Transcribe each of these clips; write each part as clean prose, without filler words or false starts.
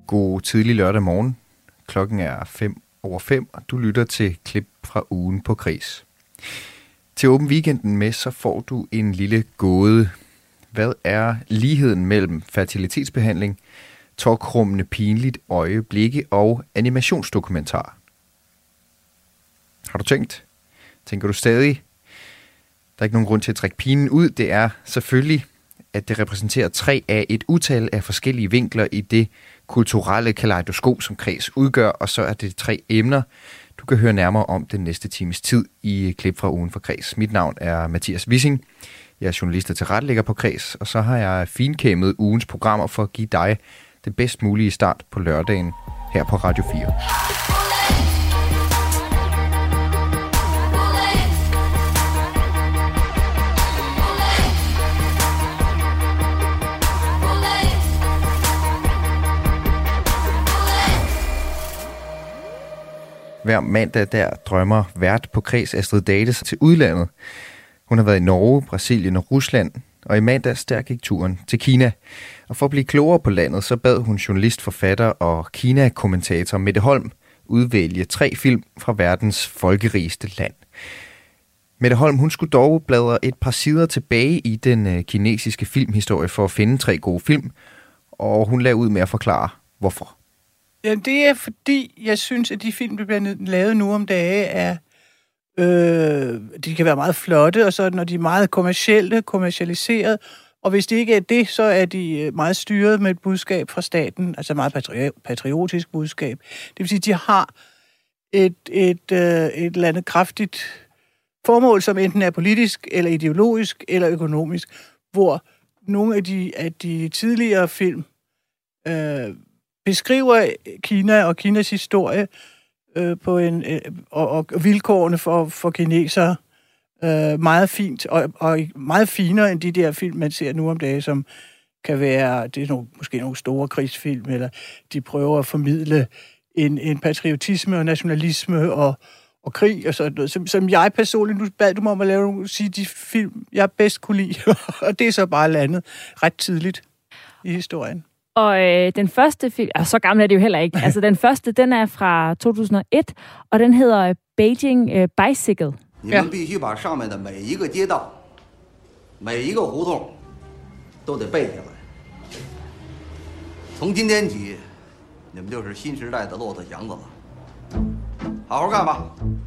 God tidlig lørdag morgen. Klokken er 5:05, og du lytter til klip fra ugen på Kres. Til Åben Weekenden med, så får du en lille gåde. Hvad er ligheden mellem fertilitetsbehandling, talkrummende pinligt øjeblikke og animationsdokumentar? Har du tænkt? Tænker du stadig? Der er ikke nogen grund til at trække pinen ud. Det er selvfølgelig, at det repræsenterer 3 af et utal af forskellige vinkler i det kulturelle kaleidoskop, som Kres udgør, og så er det 3 emner, du kan høre nærmere om den næste times tid i klip fra ugen for Kres. Mit navn er Mathias Wissing. Jeg er journalist og tilrettelægger på Kres, og så har jeg finkæmmet ugens programmer for at give dig det bedst mulige start på lørdagen her på Radio 4. Hver mandag der drømmer vært på Kres Astrid Date til udlandet. Hun har været i Norge, Brasilien og Rusland, og i mandags der gik turen til Kina. Og for at blive klogere på landet, så bad hun journalist, forfatter og Kina-kommentator Mette Holm udvælge 3 film fra verdens folkerigeste land. Mette Holm, hun skulle dog bladre et par sider tilbage i den kinesiske filmhistorie for at finde 3 gode film, og hun lagde ud med at forklare, hvorfor. Ja, det er fordi, jeg synes, at de film, der bliver lavet nu om dage, er de kan være meget flotte, og så når de er meget kommercialiseret, og hvis de ikke er det, så er de meget styret med et budskab fra staten, altså meget patriotisk budskab. Det vil sige, at de har et eller andet kraftigt formål, som enten er politisk, eller ideologisk, eller økonomisk, hvor nogle af de tidligere film beskriver Kina og Kinas historie på og vilkårene for kinesere meget fint og meget finere end de der film, man ser nu om dagen, som kan være, det er måske nogle store krigsfilm, eller de prøver at formidle en patriotisme og nationalisme og krig og sådan noget, som jeg personligt, nu bad du mig om at sige de film, jeg bedst kunne lide, og det er så bare landet ret tidligt i historien. Og den første film, så gammel er det jo heller ikke, altså den første, den er fra 2001, og den hedder Beijing Bicycle. Ni们必须把上面的每一个街道、每一个胡同都得背下来。从今天起，你们就是新时代的骆驼祥子了。好好干吧。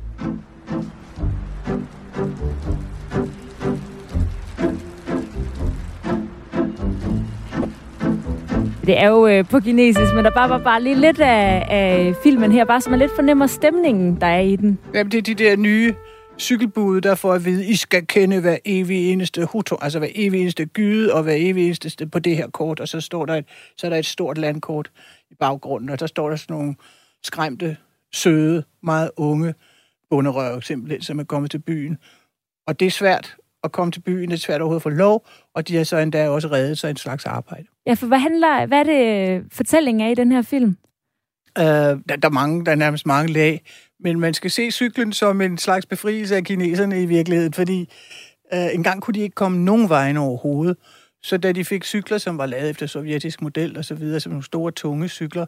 Det er jo på kinesisk, men der var bare lige lidt af filmen her, bare så man lidt fornemmer stemningen, der er i den. Jamen, det er de der nye cykelbude, der får at vide, I skal kende hver evig eneste hutu, altså hver evig eneste gyde og hver evig eneste på det her kort, og så står der så er der et stort landkort i baggrunden, og der står der sådan nogle skræmte, søde, meget unge bonderøve, simpelthen, som er kommet til byen. Og det er svært at komme til byen, det er svært overhovedet at få lov, og de har så endda også reddet sig en slags arbejde. Ja, for hvad er det fortællingen af i den her film? Der er nærmest mange lag, men man skal se cyklen som en slags befrielse af kineserne i virkeligheden, fordi engang kunne de ikke komme nogen vejen overhovedet. Så da de fik cykler, som var lavet efter sovjetisk model og så videre, som nogle store, tunge cykler,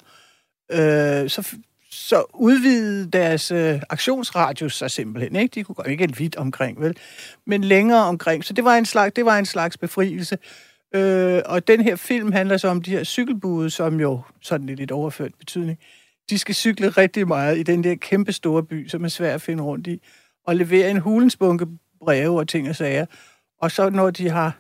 så udvidede deres aktionsradius sig simpelthen. Ikke? De kunne gå ikke vidt omkring, vel? Men længere omkring. Så det var en slags befrielse. Og den her film handler så om de her cykelbude, som jo sådan lidt overført betydning. De skal cykle rigtig meget i den der kæmpe store by, som er svær at finde rundt i, og levere en hulensbunke breve og ting og sager. Og så når de har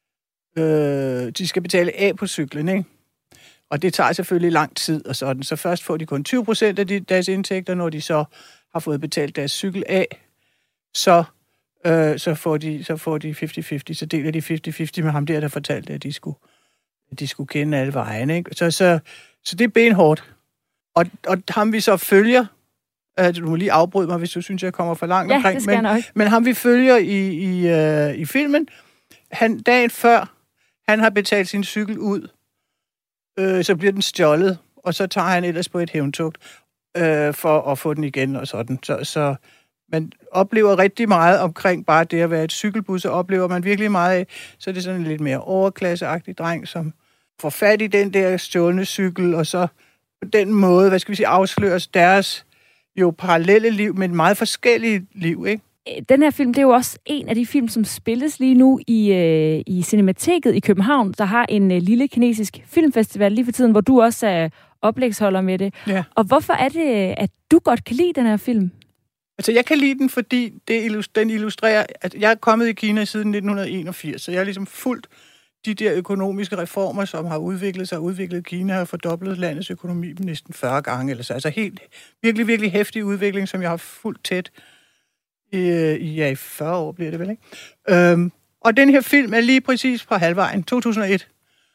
de skal betale af på cyklen, ikke? Og det tager selvfølgelig lang tid og sådan. Så først får de kun 20% af deres indtægter, når de så har fået betalt deres cykel af, så får de 50-50, så deler de 50-50 med ham der fortalte, at de skulle kende alle vejene, ikke? Så det er benhårdt. Og ham vi så følger, du må lige afbryde mig, hvis du synes, jeg kommer for langt omkring. Det skal jeg nok. Men ham vi følger i filmen, dagen før, han har betalt sin cykel ud, så bliver den stjålet, og så tager han ellers på et hævntogt for at få den igen og sådan. Så man oplever rigtig meget omkring bare det at være et cykelbus, så oplever man virkelig meget af, så det er sådan en lidt mere overklasseagtig dreng, som får fat i den der stjålne cykel, og så på den måde, hvad skal vi sige, afsløres deres jo parallelle liv, men meget forskellige liv, ikke? Den her film, det er jo også en af de film, som spilles lige nu i Cinemateket i København, der har en lille kinesisk filmfestival lige for tiden, hvor du også er oplægsholder med det. Ja. Og hvorfor er det, at du godt kan lide den her film? Altså, jeg kan lide den, fordi den illustrerer, at jeg er kommet i Kina siden 1981, så jeg har ligesom fulgt de der økonomiske reformer, som har udviklet Kina og fordoblet landets økonomi næsten 40 gange. Eller så. Altså helt virkelig, virkelig hæftig udvikling, som jeg har fulgt tæt i 40 år, bliver det vel, ikke? Og den her film er lige præcis fra halvvejen, 2001.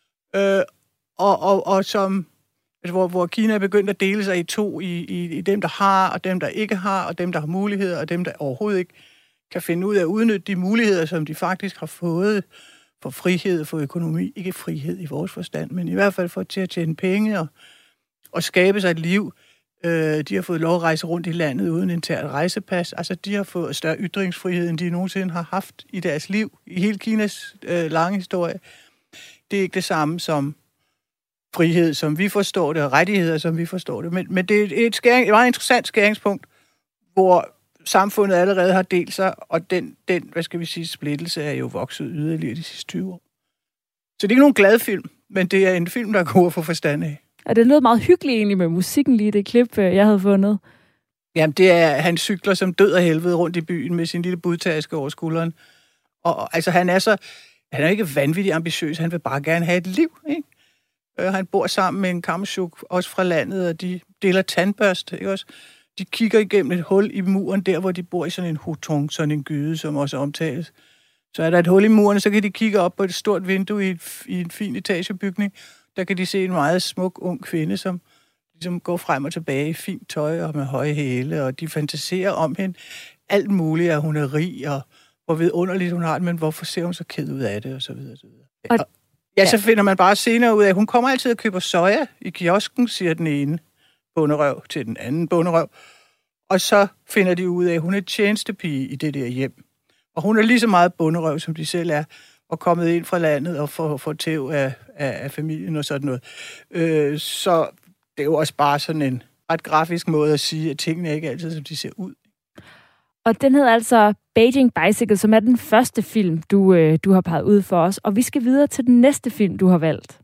Og som, altså, hvor Kina er begyndt at dele sig i to, i dem, der har, og dem, der ikke har, og dem, der har muligheder, og dem, der overhovedet ikke kan finde ud af at udnytte de muligheder, som de faktisk har fået for frihed, for økonomi. Ikke frihed i vores forstand, men i hvert fald for til at tjene penge og skabe sig et liv. De har fået lov at rejse rundt i landet uden internt rejsepas. Altså, de har fået større ytringsfrihed, end de nogensinde har haft i deres liv, i hele Kinas lange historie. Det er ikke det samme som frihed, som vi forstår det, og rettigheder, som vi forstår det. Men det er et meget interessant skæringspunkt, hvor samfundet allerede har delt sig, og den hvad skal vi sige, splittelse er jo vokset yderligere de sidste 20 år. Så det er ikke nogen glad film, men det er en film, der er god at få forstand af. Og det lød meget hyggeligt egentlig med musikken lige det klip, jeg havde fundet. Jamen, det er, han cykler som død af helvede rundt i byen med sin lille budtaske over skulderen. Og altså, han er ikke vanvittigt ambitiøs, han vil bare gerne have et liv, ikke? Han bor sammen med en kammerchuk, også fra landet, og de deler tandbørste, ikke også? De kigger igennem et hul i muren, der hvor de bor i sådan en hutong, sådan en gyde, som også omtales. Så er der et hul i muren, så kan de kigge op på et stort vindue i en fin etagebygning. Der kan de se en meget smuk ung kvinde, som ligesom går frem og tilbage i fint tøj og med høje hæle, og de fantaserer om hende. Alt muligt, at hun er rig, og hvor vidunderligt hun har det, men hvorfor ser hun så ked ud af det, og så videre, og så videre. Ja, så finder man bare senere ud af, at hun kommer altid og køber soja i kiosken, siger den ene bonderøv til den anden bonderøv. Og så finder de ud af, at hun er tjenestepige i det der hjem. Og hun er lige så meget bonderøv, som de selv er, og kommet ind fra landet og får tæv af familien og sådan noget. Så det er jo også bare sådan en ret grafisk måde at sige, at tingene er ikke altid, som de ser ud. Og den hedder altså Beijing Bicycle, som er den første film, du har peget ud for os. Og vi skal videre til den næste film, du har valgt.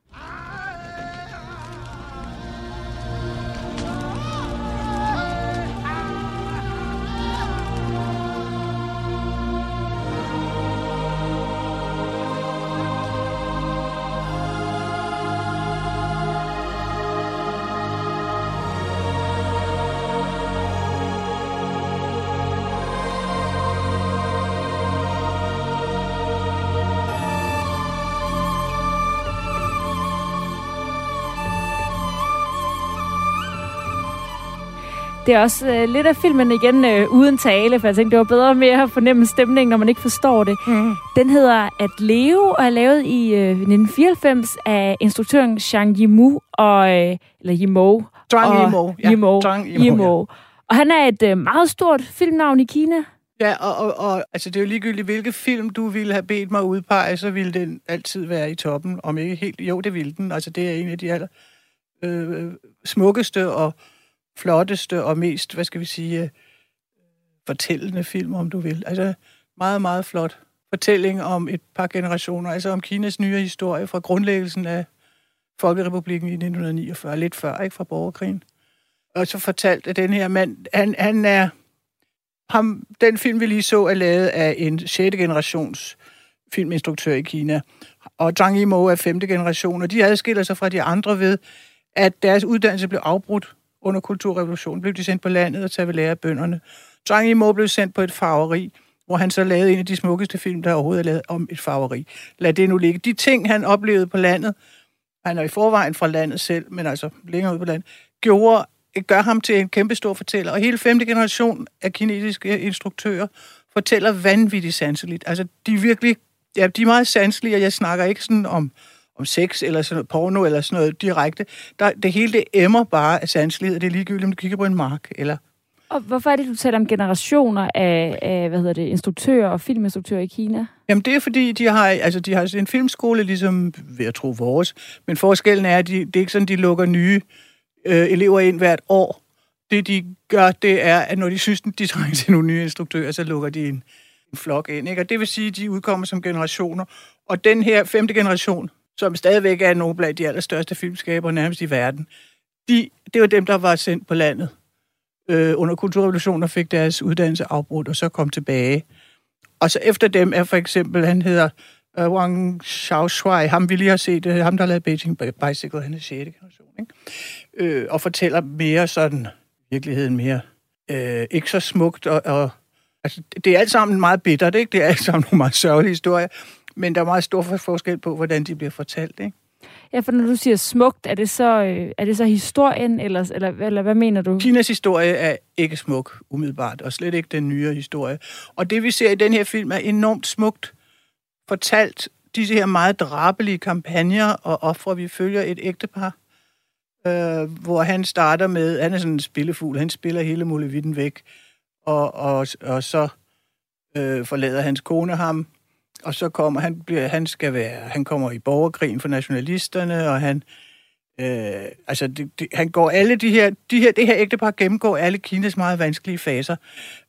Det er også lidt af filmen igen uden tale, for jeg tænkte, det var bedre med at fornemme stemningen, når man ikke forstår det. Den hedder At leve, og er lavet i 1994 af instruktøren Zhang Yimou, Yimou. Og han er et meget stort filmnavn i Kina. Ja, og altså, det er jo ligegyldigt, hvilke film du ville have bedt mig udpege, så ville den altid være i toppen, om ikke helt. Jo, det ville den. Altså, det er en af de aller smukkeste og flotteste og mest, hvad skal vi sige, fortællende film, om du vil. Altså, meget, meget flot fortælling om et par generationer, altså om Kinas nye historie fra grundlæggelsen af Folkerepublikken i 1949, lidt før, ikke, fra borgerkrigen. Og så fortalt, at den her mand, han er den film, vi lige så, er lavet af en 6. generations filminstruktør i Kina. Og Zhang Yimou er 5. generation, og de adskiller sig fra de andre ved, at deres uddannelse blev afbrudt under kulturrevolutionen. Blev de sendt på landet og taget ved lære af bønderne. Zhang Yimou blev sendt på et farveri, hvor han så lavede en af de smukkeste film, der overhovedet er lavet om et farveri. Lad det nu ligge. De ting, han oplevede på landet, han er i forvejen fra landet selv, men altså længere ud på landet, gør ham til en kæmpestor fortæller. Og hele 5. generation af kinesiske instruktører fortæller vanvittigt sanseligt. Altså, de er virkelig, ja, de er meget sanselige, og jeg snakker ikke sådan om sex eller sådan noget porno eller sådan noget direkte. Det hele, det emmer bare af sanselighed, og det er ligegyldigt, om du kigger på en mark, eller... Og hvorfor er det, du taler om generationer af instruktører og filminstruktører i Kina? Jamen, det er fordi, de har en filmskole, ligesom, ved at tro vores, men forskellen er, at det er ikke sådan, de lukker nye elever ind hvert år. Det, de gør, det er, at når de synes, de trænger til nogle nye instruktører, så lukker de en flok ind. Ikke? Og det vil sige, at de udkommer som generationer. Og den her 5. generation, som stadigvæk er nogle blandt de allerstørste filmskabere nærmest i verden, det var dem, der var sendt på landet under kulturrevolutionen og fik deres uddannelse afbrudt, og så kom tilbage. Og så efter dem er for eksempel, han hedder Wang Xiaoshui, ham vi lige har set, ham der har lavet Beijing Bicycle, han er 6. generation, ikke? Og fortæller mere sådan, virkeligheden mere, ikke så smukt, og altså, det er alt sammen meget bittert, ikke? Det er alt sammen nogle meget sørgelige historier, men der er meget stor forskel på, hvordan de bliver fortalt, ikke? Ja, for når du siger smukt, er det så historien, eller hvad mener du? Kinas historie er ikke smuk, umiddelbart, og slet ikke den nyere historie. Og det, vi ser i den her film, er enormt smukt fortalt. Disse her meget drabelige kampagner og ofre, vi følger et ægtepar, hvor han starter med, han er sådan en spillefugl, han spiller hele muligheden væk, og så forlader hans kone ham, og så kommer han kommer i borgerkrigen for nationalisterne, og han han går alle det her ægtepar gennemgår alle Kinas meget vanskelige faser,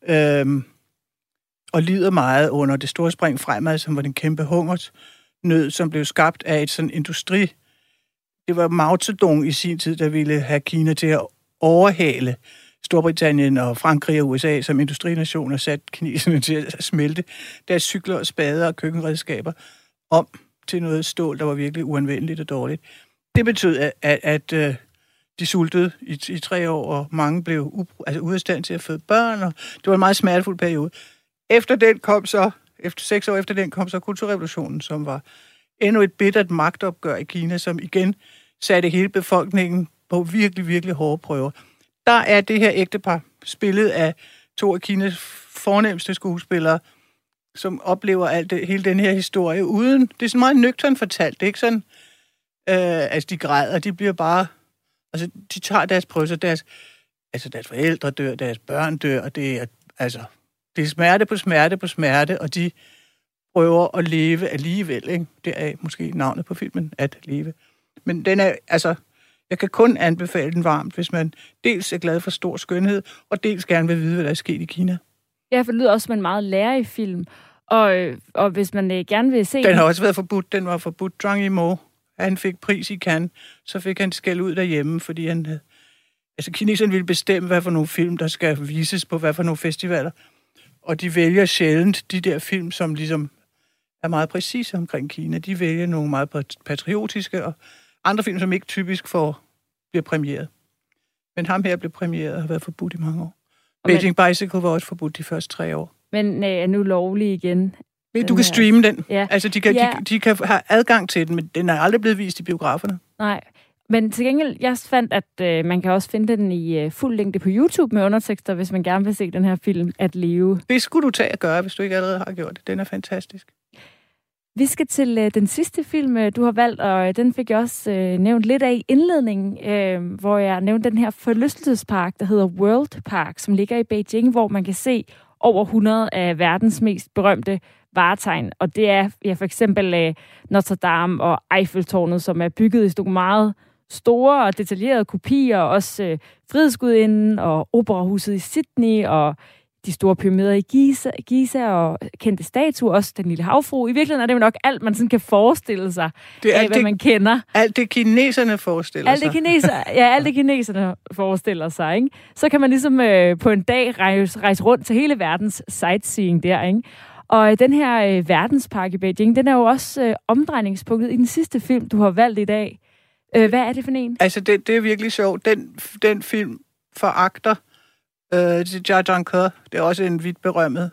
og lider meget under det store spring fremad, som var den kæmpe hungersnød, som blev skabt af et sådan industri. Det var Mao Zedong i sin tid, der ville have Kina til at overhale Storbritannien og Frankrig og USA som industrinationer, sat kineserne til at smelte deres cykler og spader og køkkenredskaber om til noget stål, der var virkelig uanvendeligt og dårligt. Det betød, at de sultede i 3 år, og mange blev ude af stand til at føde børn, og det var en meget smertefuld periode. Efter 6 år efter den kom så kulturrevolutionen, som var endnu et bittert magtopgør i Kina, som igen satte hele befolkningen på virkelig, virkelig hårde prøver. Der er det her ægtepar spillet af 2 af Kinas fornemmeste skuespillere, som oplever hele den her historie uden. Det er sådan meget nøgternt fortalt. Det er ikke sådan, de græder, de bliver bare. Altså, de tager deres prøvelser, deres forældre dør, deres børn dør, og det er smerte på smerte på smerte, og de prøver at leve alligevel, ikke? Det er måske navnet på filmen, At leve. Men den er, jeg kan kun anbefale den varmt, hvis man dels er glad for stor skønhed, og dels gerne vil vide, hvad der er sket i Kina. Ja, for det lyder også som en meget lærerig film. Og hvis man gerne vil se den har også været forbudt. Den var forbudt. Zhang Yimou, han fik pris i Cannes, så fik han skæld ud derhjemme, fordi kineserne ville bestemme, hvad for nogle film, der skal vises på hvad for nogle festivaler. Og de vælger sjældent de der film, som ligesom er meget præcise omkring Kina. De vælger nogle meget patriotiske, og andre film, som ikke typisk bliver præmieret. Men ham her blev præmieret og har været forbudt i mange år. Beijing Bicycle var også forbudt de første 3 år. Men er nu lovlig igen. Du kan streame den. Ja. Altså, de kan have adgang til den, men den er aldrig blevet vist i biograferne. Nej. Men til gengæld, jeg fandt, at man kan også finde den i fuld længde på YouTube med undertekster, hvis man gerne vil se den her film, At leve. Det skulle du tage at gøre, hvis du ikke allerede har gjort det. Den er fantastisk. Vi skal til den sidste film, du har valgt, og den fik jeg også nævnt lidt af i indledningen, hvor jeg nævnte den her forlystelsespark, der hedder World Park, som ligger i Beijing, hvor man kan se over 100 af verdens mest berømte varetegn. Og det er for eksempel Notre Dame og Eiffeltårnet, som er bygget i nogle meget store og detaljerede kopier, også Frihedsgudinden og Operahuset i Sydney og de store pyramider i Giza og kendte statuer, også den lille havfrue. I virkeligheden er det jo nok alt, man sådan kan forestille sig af, hvad man kender. Alt det kineserne forestiller sig. Alt det kineserne forestiller sig, ikke? Så kan man ligesom på en dag rejse rundt til hele verdens sightseeing der, ikke? Og den her verdenspark i Beijing, den er jo også omdrejningspunktet i den sidste film, du har valgt i dag. Hvad er det for en? Altså, det er virkelig sjovt. Den film foragter Jia Zhangke, det er også en vidt berømmet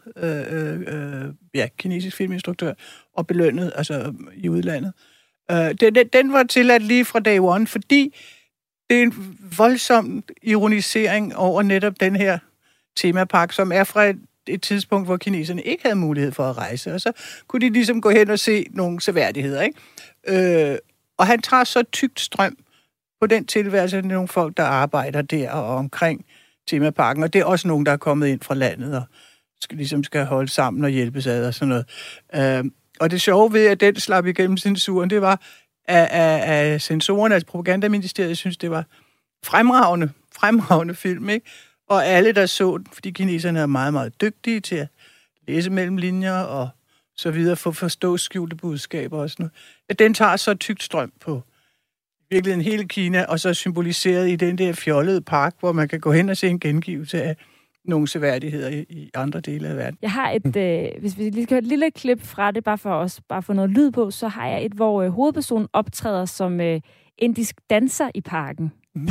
kinesisk filminstruktør, og belønnet i udlandet. Den var tilladt lige fra day one, fordi det er en voldsom ironisering over netop den her temapark, som er fra et tidspunkt, hvor kineserne ikke havde mulighed for at rejse, og så kunne de ligesom gå hen og se nogle seværdigheder, ikke? Og han tager så tykt strøm på den tilværelse, at nogle folk, der arbejder der og omkring temaparken, og det er også nogen, der er kommet ind fra landet og skal holde sammen og hjælpes ad og sådan noget. Og det sjove ved, at den slap igennem censuren, det var, at censorerne, altså propagandaministeriet, synes, det var fremragende film, ikke? Og alle, der så den, fordi kineserne er meget, meget dygtige til at læse mellem linjer og så videre, for at forstå skjulte budskaber og sådan noget. At den tager så tykt strøm på virkelig hele Kina, og så symboliseret i den der fjollede park, hvor man kan gå hen og se en gengivelse af nogle seværdigheder i andre dele af verden. Jeg har hvis vi lige skal høre et lille klip fra det, bare for os, bare få noget lyd på, så har jeg hvor hovedpersonen optræder som indisk danser i parken.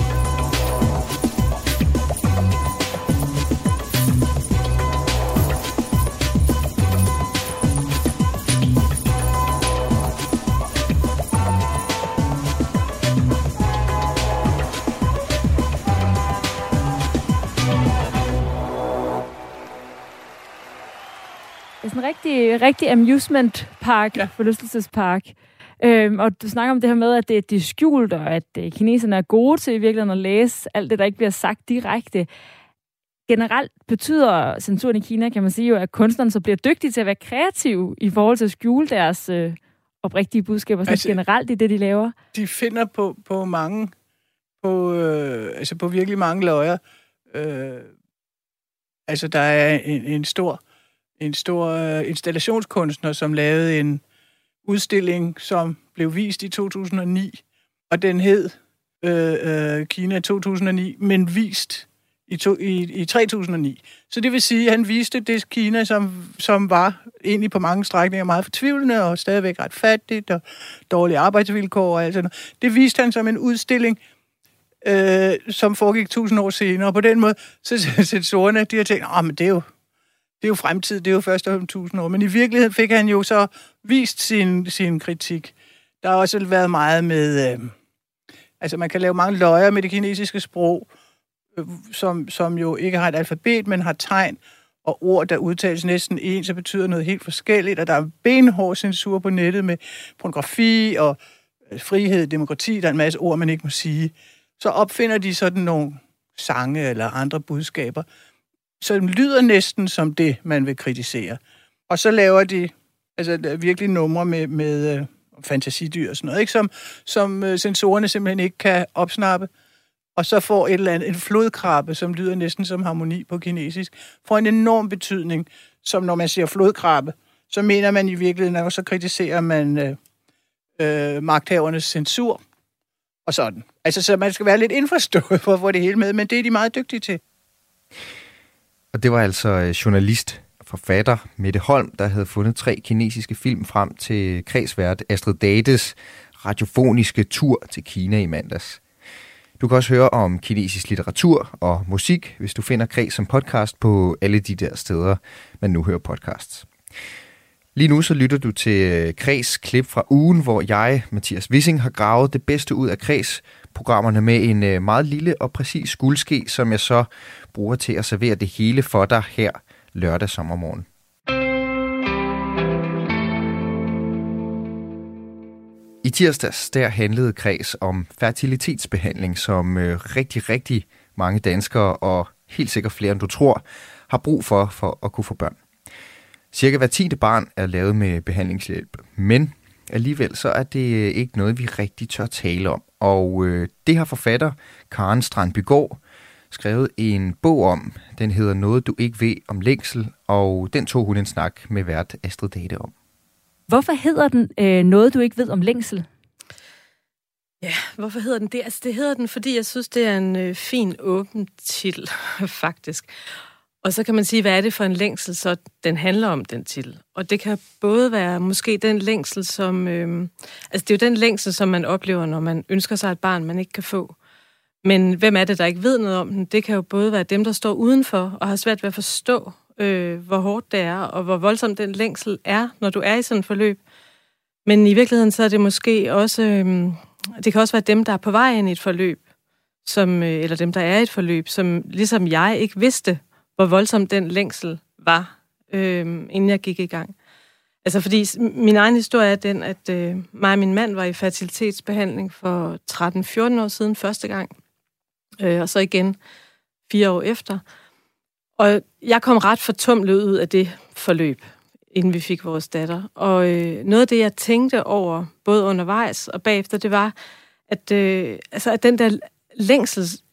Det er sådan en rigtig amusement park, forlystelsespark. Og du snakker om det her med, at det er skjult, og at kineserne er gode til i virkeligheden at læse alt det, der ikke bliver sagt direkte. Generelt betyder censuren i Kina, kan man sige jo, at kunstnerne så bliver dygtige til at være kreative i forhold til at skjule deres oprigtige budskaber, altså, generelt i det, de laver. De finder på virkelig mange løjer. Altså, der er en stor installationskunstner, som lavede en udstilling, som blev vist i 2009, og den hed Kina 2009, men vist i 3009. Så det vil sige, at han viste det Kina, som var egentlig på mange strækninger meget fortvivlende, og stadigvæk ret fattigt, og dårlige arbejdsvilkår og alt sådan noget. Det viste han som en udstilling, som foregik 1000 år senere, og på den måde, så censorerne, de har tænkt, men det er jo fremtid, det er jo først om 1000 år. Men i virkeligheden fik han jo så vist sin kritik. Der har også været meget med... altså, man kan lave mange løjer med det kinesiske sprog, som jo ikke har et alfabet, men har tegn og ord, der udtales næsten ens, så betyder noget helt forskelligt. Og der er benhård censur på nettet med pornografi og frihed, demokrati. Der er en masse ord, man ikke må sige. Så opfinder de sådan nogle sange eller andre budskaber, så det lyder næsten som det, man vil kritisere. Og så laver de virkelig numre med fantasidyr og sådan noget, ikke? Som sensorerne simpelthen ikke kan opsnappe. Og så får en flodkrabbe, som lyder næsten som harmoni på kinesisk, får en enorm betydning, som når man siger flodkrabbe, så mener man i virkeligheden, og så kritiserer man magthavernes censur og sådan. Altså, så man skal være lidt indforstået for at få det hele med, men det er de meget dygtige til. Og det var altså journalist og forfatter Mette Holm, der havde fundet 3 kinesiske film frem til kredsvært Astrid Dades radiofoniske tur til Kina i mandags. Du kan også høre om kinesisk litteratur og musik, hvis du finder Kreds som podcast på alle de der steder, man nu hører podcasts. Lige nu så lytter du til Kreds klip fra ugen, hvor jeg, Mathias Wissing, har gravet det bedste ud af Kreds-programmerne med en meget lille og præcis guldske, som jeg så bruger til at servere det hele for dig her lørdag sommermorgen. I tirsdags der handlede Kreds om fertilitetsbehandling, som rigtig mange danskere, og helt sikkert flere end du tror, har brug for at kunne få børn. Cirka hver 10. barn er lavet med behandlingshjælp, men alligevel så er det ikke noget, vi rigtig tør tale om. Og det har forfatter Karen Strandbygaard skrevet en bog om. Den hedder Noget du ikke ved om længsel, og den tog hun en snak med vært Astrid Date om. Hvorfor hedder den Noget du ikke ved om længsel? Ja, hvorfor hedder den det? Altså, det hedder den, fordi jeg synes, det er en fin, åben titel, faktisk. Og så kan man sige, hvad er det for en længsel, så den handler om, den titel. Og det kan både være måske den længsel, som... det er jo den længsel, som man oplever, når man ønsker sig et barn, man ikke kan få. Men hvem er det, der ikke ved noget om den? Det kan jo både være dem, der står udenfor og har svært ved at forstå, hvor hårdt det er, og hvor voldsom den længsel er, når du er i sådan et forløb. Men i virkeligheden, så er det måske også... det kan også være dem, der er på vej ind i et forløb, eller dem, der er i et forløb, som ligesom jeg ikke vidste, hvor voldsom den længsel var, inden jeg gik i gang. Altså, fordi min egen historie er den, at mig og min mand var i fertilitetsbehandling for 13-14 år siden første gang, og så igen 4 år efter. Og jeg kom ret fortumlet ud af det forløb, inden vi fik vores datter. Og noget af det, jeg tænkte over, både undervejs og bagefter, det var, at den der længsel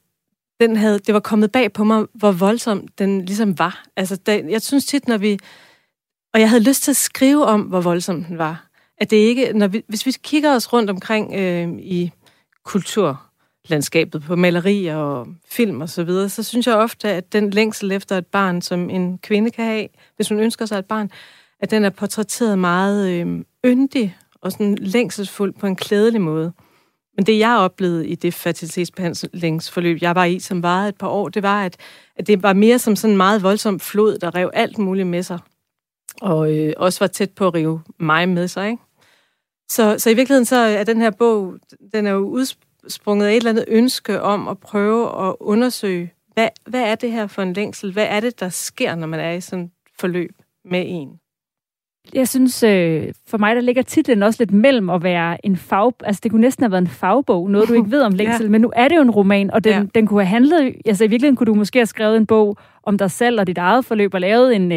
det var kommet bag på mig, hvor voldsom den ligesom var. Altså, jeg synes tit, og jeg havde lyst til at skrive om, hvor voldsom den var. At det ikke, hvis vi kigger os rundt omkring i kulturlandskabet, på malerier og film og så videre, så synes jeg ofte, at den længsel efter et barn, som en kvinde kan have, hvis hun ønsker sig et barn, at den er portrætteret meget yndig og sådan længselsfuld på en klædelig måde. Men det, jeg oplevede i det fertilitetsbehandlingsforløb, jeg var i, som varede et par år, det var, at det var mere som sådan en meget voldsom flod, der rev alt muligt med sig. Og også var tæt på at rive mig med sig, ikke? Så i virkeligheden så er den her bog, den er jo udsprunget af et eller andet ønske om at prøve at undersøge, hvad er det her for en længsel? Hvad er det, der sker, når man er i sådan et forløb med en? Jeg synes, for mig, der ligger titlen også lidt mellem at være en altså det kunne næsten have været en fagbog, noget du ikke ved om længsel, men nu er det jo en roman, og den kunne have handlet, altså i virkeligheden kunne du måske have skrevet en bog om dig selv og dit eget forløb, og lavet en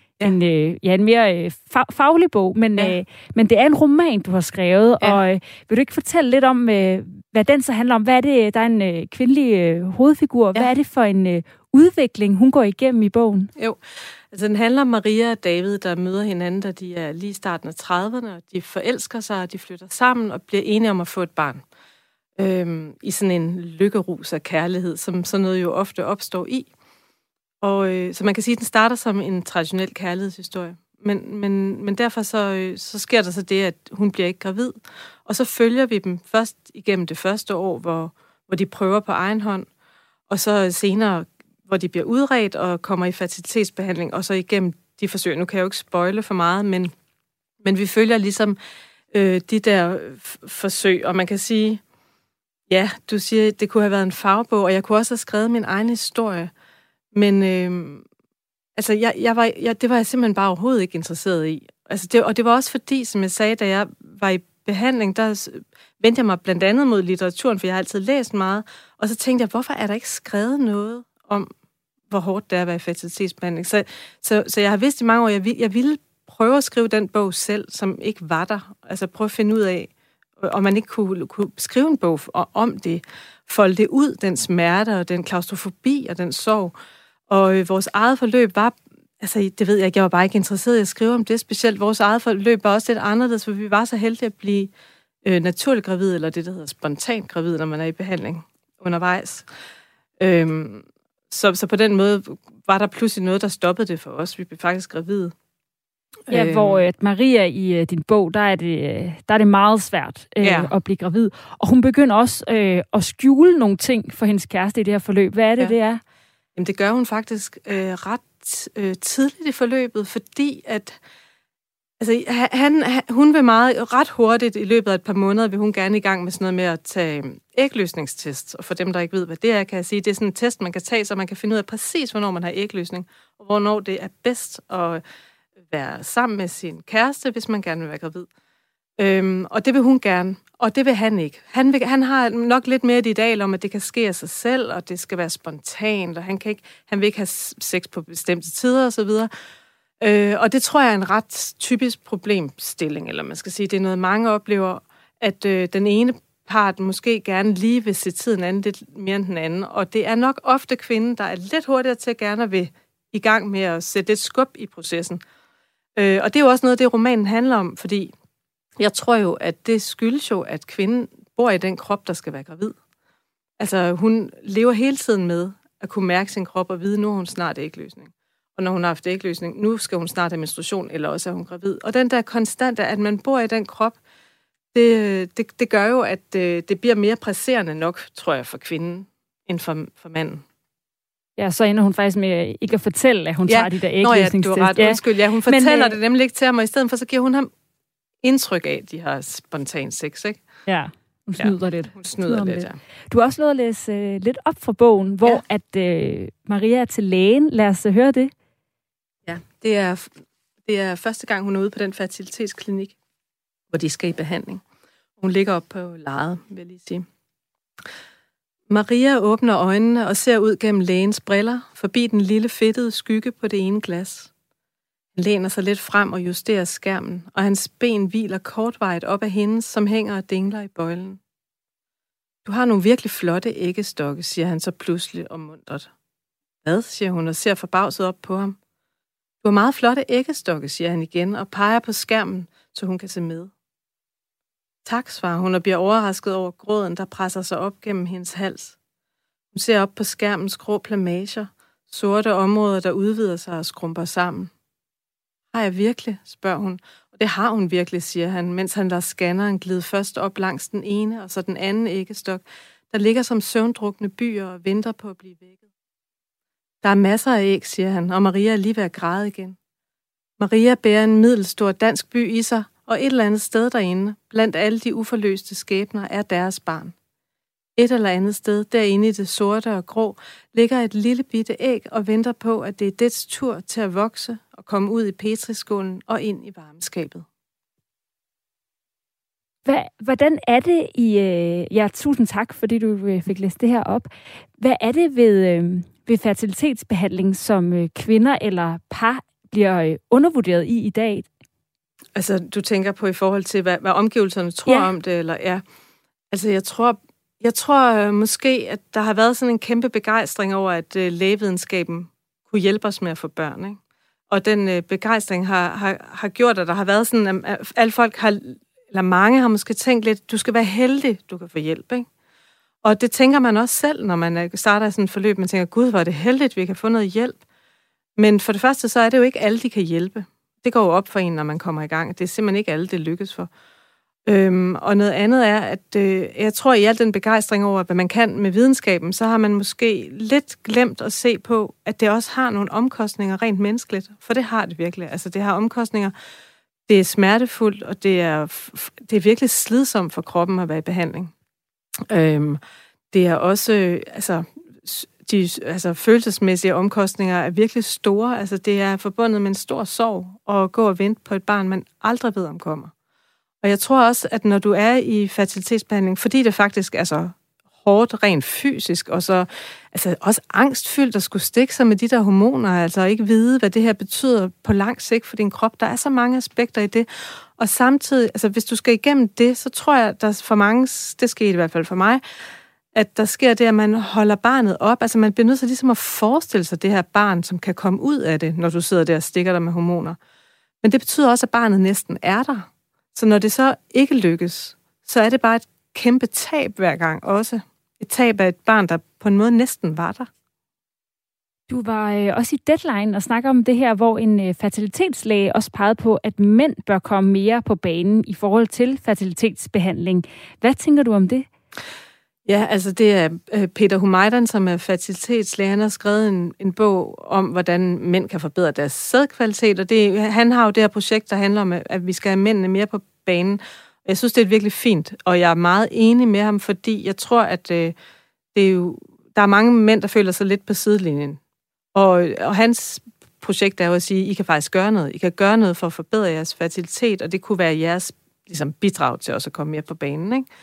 mere faglig bog, men det er en roman, du har skrevet, og vil du ikke fortælle lidt om, hvad den så handler om? Hvad er det, der er en kvindelig hovedfigur, hvad er det for en udvikling, hun går igennem i bogen? Jo, altså den handler om Maria og David, der møder hinanden, da de er lige i starten af 30'erne, og de forelsker sig, og de flytter sammen og bliver enige om at få et barn. I sådan en lykkerus af kærlighed, som sådan noget jo ofte opstår i. Og så man kan sige, at den starter som en traditionel kærlighedshistorie. Men derfor så sker der så det, at hun bliver ikke gravid. Og så følger vi dem først igennem det første år, hvor de prøver på egen hånd, og så senere, hvor de bliver udredt og kommer i fertilitetsbehandling, og så igennem de forsøg. Nu kan jeg jo ikke spoile for meget, men vi følger ligesom de der forsøg, og man kan sige, ja, du siger, at det kunne have været en fagbog, og jeg kunne også have skrevet min egen historie, men altså, det var jeg simpelthen bare overhovedet ikke interesseret i. Altså, og det var også fordi, som jeg sagde, da jeg var i behandling, der vendte jeg mig blandt andet mod litteraturen, for jeg har altid læst meget, og så tænkte jeg, hvorfor er der ikke skrevet noget om, hvor hårdt det er at være i fertilitetsbehandling? Så jeg har vidst i mange år, jeg ville prøve at skrive den bog selv, som ikke var der. Altså prøve at finde ud af, om man ikke kunne skrive en bog om det, folde det ud, den smerte og den klaustrofobi og den sorg. Og vores eget forløb var, altså det ved jeg ikke, jeg var bare ikke interesseret i at skrive om det, specielt vores eget forløb var også lidt anderledes, for vi var så heldige at blive naturligt gravid, eller det, der hedder spontant gravid, når man er i behandling undervejs. Så på den måde var der pludselig noget, der stoppede det for os. Vi blev faktisk gravide. Ja, hvor Maria i din bog, der er det meget svært at blive gravid. Og hun begynder også at skjule nogle ting for hendes kæreste i det her forløb. Hvad er det, det er? Jamen, det gør hun faktisk ret tidligt i forløbet, fordi at altså, hun vil ret hurtigt i løbet af et par måneder, vil hun gerne i gang med sådan noget med at tage ægløsningstest. Og for dem, der ikke ved, hvad det er, kan jeg sige, det er sådan en test, man kan tage, så man kan finde ud af præcis, hvornår man har ægløsning, og hvornår det er bedst at være sammen med sin kæreste, hvis man gerne vil være gravid. Og det vil hun gerne, og det vil han ikke. Han har nok lidt mere et ideal om, at det kan ske af sig selv, og det skal være spontant, og han vil ikke have sex på bestemte tider osv. Og det tror jeg er en ret typisk problemstilling, eller man skal sige, det er noget, mange oplever, at den ene part måske gerne lige vil se tiden anden lidt mere end den anden, og det er nok ofte kvinden, der er lidt hurtigere til at gerne vil i gang med at sætte et skub i processen. Og det er jo også noget, det romanen handler om, fordi jeg tror jo, at det skyldes jo, at kvinden bor i den krop, der skal være gravid. Altså, hun lever hele tiden med at kunne mærke sin krop og vide, nu har hun snart ægløsning. Og når hun har haft ægløsning, nu skal hun snart have menstruation, eller også er hun gravid. Og den der konstante, at man bor i den krop, det gør jo, at det bliver mere presserende nok, tror jeg, for kvinden, end for manden. Ja, så ender hun faktisk med ikke at fortælle, at hun tager de der ægløsningstest. Nå ja, du har ret. Undskyld. Ja, hun fortæller det nemlig ikke til ham, og i stedet for, så giver hun ham indtryk af, at de har spontan sex, ikke? Ja, hun snyder lidt. Hun snyder lidt, ja. Du har også lovet at læse lidt op fra bogen, hvor at Maria er til lægen. Lad os høre det. Ja, det er første gang, hun er ude på den fertilitetsklinik, hvor de skal i behandling. Hun ligger op på lejet, vil jeg lige sige. Maria åbner øjnene og ser ud gennem lægens briller, forbi den lille fedtede skygge på det ene glas. Han læner sig lidt frem og justerer skærmen, og hans ben hviler kortvarigt op af hendes, som hænger og dingler i bøjlen. Du har nogle virkelig flotte æggestokke, siger han så pludselig og muntert. Hvad, siger hun og ser forbavset op på ham. Du har meget flotte æggestokke, siger han igen og peger på skærmen, så hun kan se med. Tak, svarer hun og bliver overrasket over gråden, der presser sig op gennem hendes hals. Hun ser op på skærmens grå plamager, sorte områder, der udvider sig og skrumper sammen. Har jeg virkelig, spørger hun. Og det har hun virkelig, siger han, mens han lader scanneren glide først op langs den ene og så den anden æggestok, der ligger som søvndrukne byer og venter på at blive vækket. Der er masser af æg, siger han, og Maria er lige ved at græde igen. Maria bærer en middelstor dansk by i sig, og et eller andet sted derinde, blandt alle de uforløste skæbner, er deres barn. Et eller andet sted, derinde i det sorte og grå, ligger et lille bitte æg og venter på, at det er dets tur til at vokse og komme ud i petriskålen og ind i varmeskabet. Hvordan er det i... tusind tak, fordi du fik læst det her op. Hvad er det ved fertilitetsbehandling, som kvinder eller par bliver undervurderet i dag? Altså, du tænker på i forhold til, hvad omgivelserne tror om det, eller ja. Altså, jeg tror måske, at der har været sådan en kæmpe begejstring over, at lægevidenskaben kunne hjælpe os med at få børn, ikke? Og den begejstring har gjort, at der har været sådan, at alle folk har, eller mange har måske tænkt lidt, du skal være heldig, du kan få hjælp, ikke? Og det tænker man også selv, når man starter sådan et forløb. Man tænker, gud, hvor er det heldigt, vi kan få noget hjælp. Men for det første, så er det jo ikke alle, de kan hjælpe. Det går jo op for en, når man kommer i gang. Det er simpelthen ikke alle, det lykkes for. Og noget andet er, at jeg tror, i al den begejstring over, hvad man kan med videnskaben, så har man måske lidt glemt at se på, at det også har nogle omkostninger rent menneskeligt. For det har det virkelig. Altså, det har omkostninger. Det er smertefuldt, og det er virkelig slidsomt for kroppen at være i behandling. Det er også, de følelsesmæssige omkostninger er virkelig store. Altså, det er forbundet med en stor sorg at gå og vente på et barn, man aldrig ved om kommer. Og jeg tror også, at når du er i fertilitetsbehandling, fordi det faktisk er så hårdt rent fysisk, og så også angstfyldt at skulle stikke sig med de der hormoner, altså ikke vide, hvad det her betyder på lang sigt for din krop. Der er så mange aspekter i det. Og samtidig, altså hvis du skal igennem det, så tror jeg, at der for mange, det skete i hvert fald for mig, at der sker det, at man holder barnet op. Altså man bliver nødt til ligesom at forestille sig det her barn, som kan komme ud af det, når du sidder der og stikker dig med hormoner. Men det betyder også, at barnet næsten er der. Så når det så ikke lykkes, så er det bare et kæmpe tab hver gang også. Et tab af et barn, der på en måde næsten var der. Du var også i Deadline og snakker om det her, hvor en fertilitetslæge også pegede på, at mænd bør komme mere på banen i forhold til fertilitetsbehandling. Hvad tænker du om det? Ja, altså det er Peter Humeidan, som er fertilitetslæge. Han har skrevet en bog om, hvordan mænd kan forbedre deres sædkvalitet, og han har jo det her projekt, der handler om, at vi skal have mændene mere på banen. Jeg synes, det er virkelig fint, og jeg er meget enig med ham, fordi jeg tror, at det er jo, der er mange mænd, der føler sig lidt på sidelinjen. Og hans projekt er jo at sige, I kan faktisk gøre noget. I kan gøre noget for at forbedre jeres fertilitet, og det kunne være jeres ligesom, bidrag til også at komme mere på banen, ikke?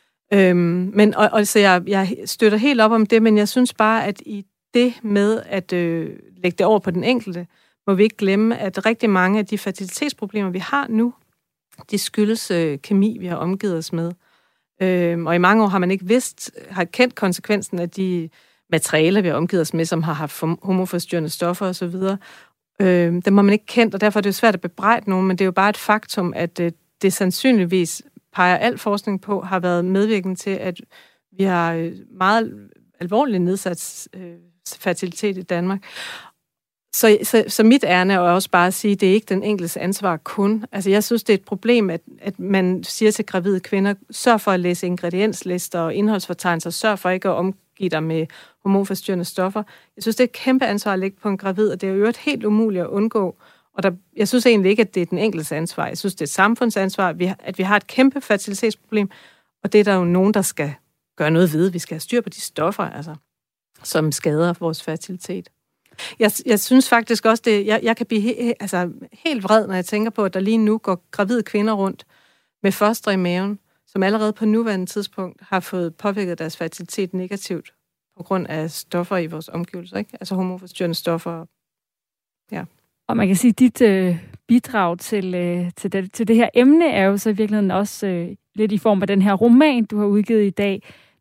Så jeg støtter helt op om det, men jeg synes bare, at i det med at lægge det over på den enkelte, må vi ikke glemme, at rigtig mange af de fertilitetsproblemer, vi har nu, de skyldes kemi, vi har omgivet os med. Og i mange år har man ikke har kendt konsekvensen af de materialer, vi har omgivet os med, som har haft hormonforstyrrende stoffer osv. Dem har man ikke kendt, og derfor er det jo svært at bebrejde nogen, men det er jo bare et faktum, at det sandsynligvis peger al forskning på, har været medvirkende til, at vi har meget alvorligt nedsat fertilitet i Danmark. Så mit ærne er også bare at sige, at det er ikke den enkeltes ansvar kun. Altså jeg synes, det er et problem, at man siger til gravide kvinder, sørg for at læse ingredienslister og indholdsfortegnelser, sørg for ikke at omgive dig med hormonforstyrrende stoffer. Jeg synes, det er et kæmpe ansvar at lægge på en gravid, og det er jo et helt umuligt at undgå. Og jeg synes egentlig ikke, at det er den enkeltes ansvar. Jeg synes, det er et samfundsansvar, at vi har et kæmpe fertilitetsproblem, og det er der jo nogen, der skal gøre noget ved. Vi skal have styr på de stoffer, altså, som skader vores fertilitet. Jeg synes faktisk også, jeg kan blive helt vred, når jeg tænker på, at der lige nu går gravide kvinder rundt med foster i maven, som allerede på nuværende tidspunkt har fået påvirket deres fertilitet negativt på grund af stoffer i vores omgivelser, ikke? Altså hormonforstyrrende stoffer. Ja. Og man kan sige, at dit bidrag til det her emne er jo så i virkeligheden også lidt i form af den her roman, du har udgivet i dag,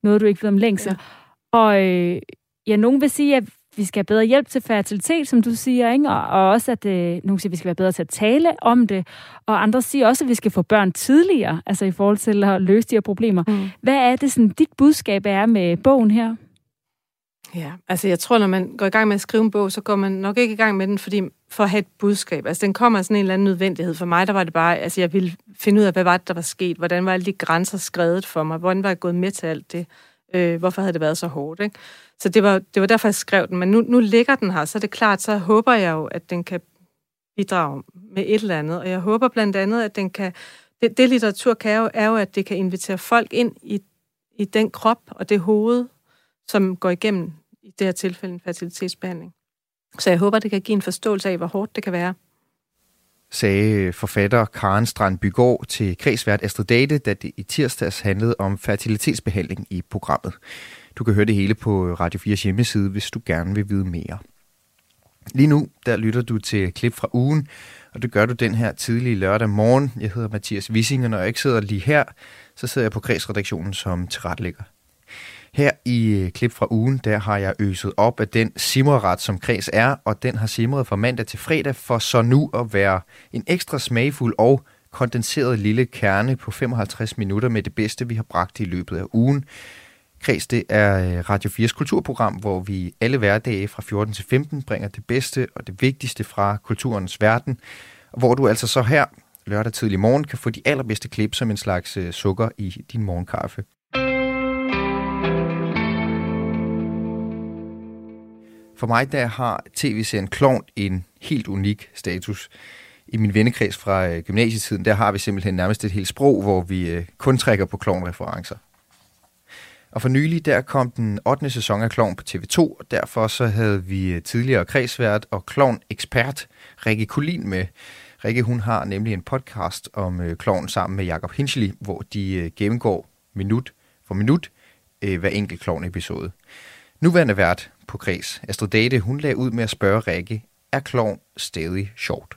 noget, du ikke ved om længsel. Ja. Og nogen vil sige, at vi skal have bedre hjælp til fertilitet, som du siger, ikke? Og også, at nogen siger, at vi skal være bedre til at tale om det. Og andre siger også, at vi skal få børn tidligere, altså i forhold til at løse de her problemer. Hvad er det, sådan, dit budskab er med bogen her? Ja, altså jeg tror, når man går i gang med at skrive en bog, så går man nok ikke i gang med den, for at have et budskab. Altså den kommer af sådan en eller anden nødvendighed. For mig, der var det bare, altså jeg ville finde ud af, hvad var det, der var sket? Hvordan var alle de grænser skrevet for mig? Hvordan var jeg gået med til alt det? Hvorfor havde det været så hårdt, ikke? Så det var derfor, jeg skrev den. Men nu ligger den her, så er det klart, så håber jeg jo, at den kan bidrage med et eller andet. Og jeg håber blandt andet, at den kan... Det litteratur kan er jo, at det kan invitere folk ind i den krop og det hoved, som går igennem i det her tilfælde en fertilitetsbehandling. Så jeg håber, det kan give en forståelse af, hvor hårdt det kan være. Sagde forfatter Karen Strandbygaard til kredsvært Astrid Date, da det i tirsdags handlede om fertilitetsbehandling i programmet. Du kan høre det hele på Radio 4's hjemmeside, hvis du gerne vil vide mere. Lige nu, der lytter du til klip fra ugen, og det gør du den her tidlige lørdag morgen. Jeg hedder Mathias Wissing, og når jeg ikke sidder lige her, så sidder jeg på kredsredaktionen som tilrettelægger. Her i klip fra ugen, der har jeg øset op af den simreret, som kreds er, og den har simret fra mandag til fredag, for så nu at være en ekstra smagfuld og kondenseret lille kerne på 55 minutter med det bedste, vi har bragt i løbet af ugen. Kreds, det er Radio 4's kulturprogram, hvor vi alle hverdage fra 14 til 15 bringer det bedste og det vigtigste fra kulturens verden, og hvor du altså så her lørdag tidlig morgen kan få de allerbedste klip som en slags sukker i din morgenkaffe. For mig der har tv-serien Klovn en helt unik status. I min vennekreds fra gymnasietiden, der har vi simpelthen nærmest et helt sprog, hvor vi kun trækker på Klovn-referencer. Og for nylig, der kom den 8. sæson af Klovn på TV2, og derfor så havde vi tidligere kredsvært og Klovn-ekspert Rikke Collin med. Rikke, hun har nemlig en podcast om Klovn sammen med Jacob Hinchely, hvor de gennemgår minut for minut hver enkelt Klovn-episode. Nuværende vært på Kreds, Astrid Date, hun lagde ud med at spørge Rikke, er Klovn stadig sjovt?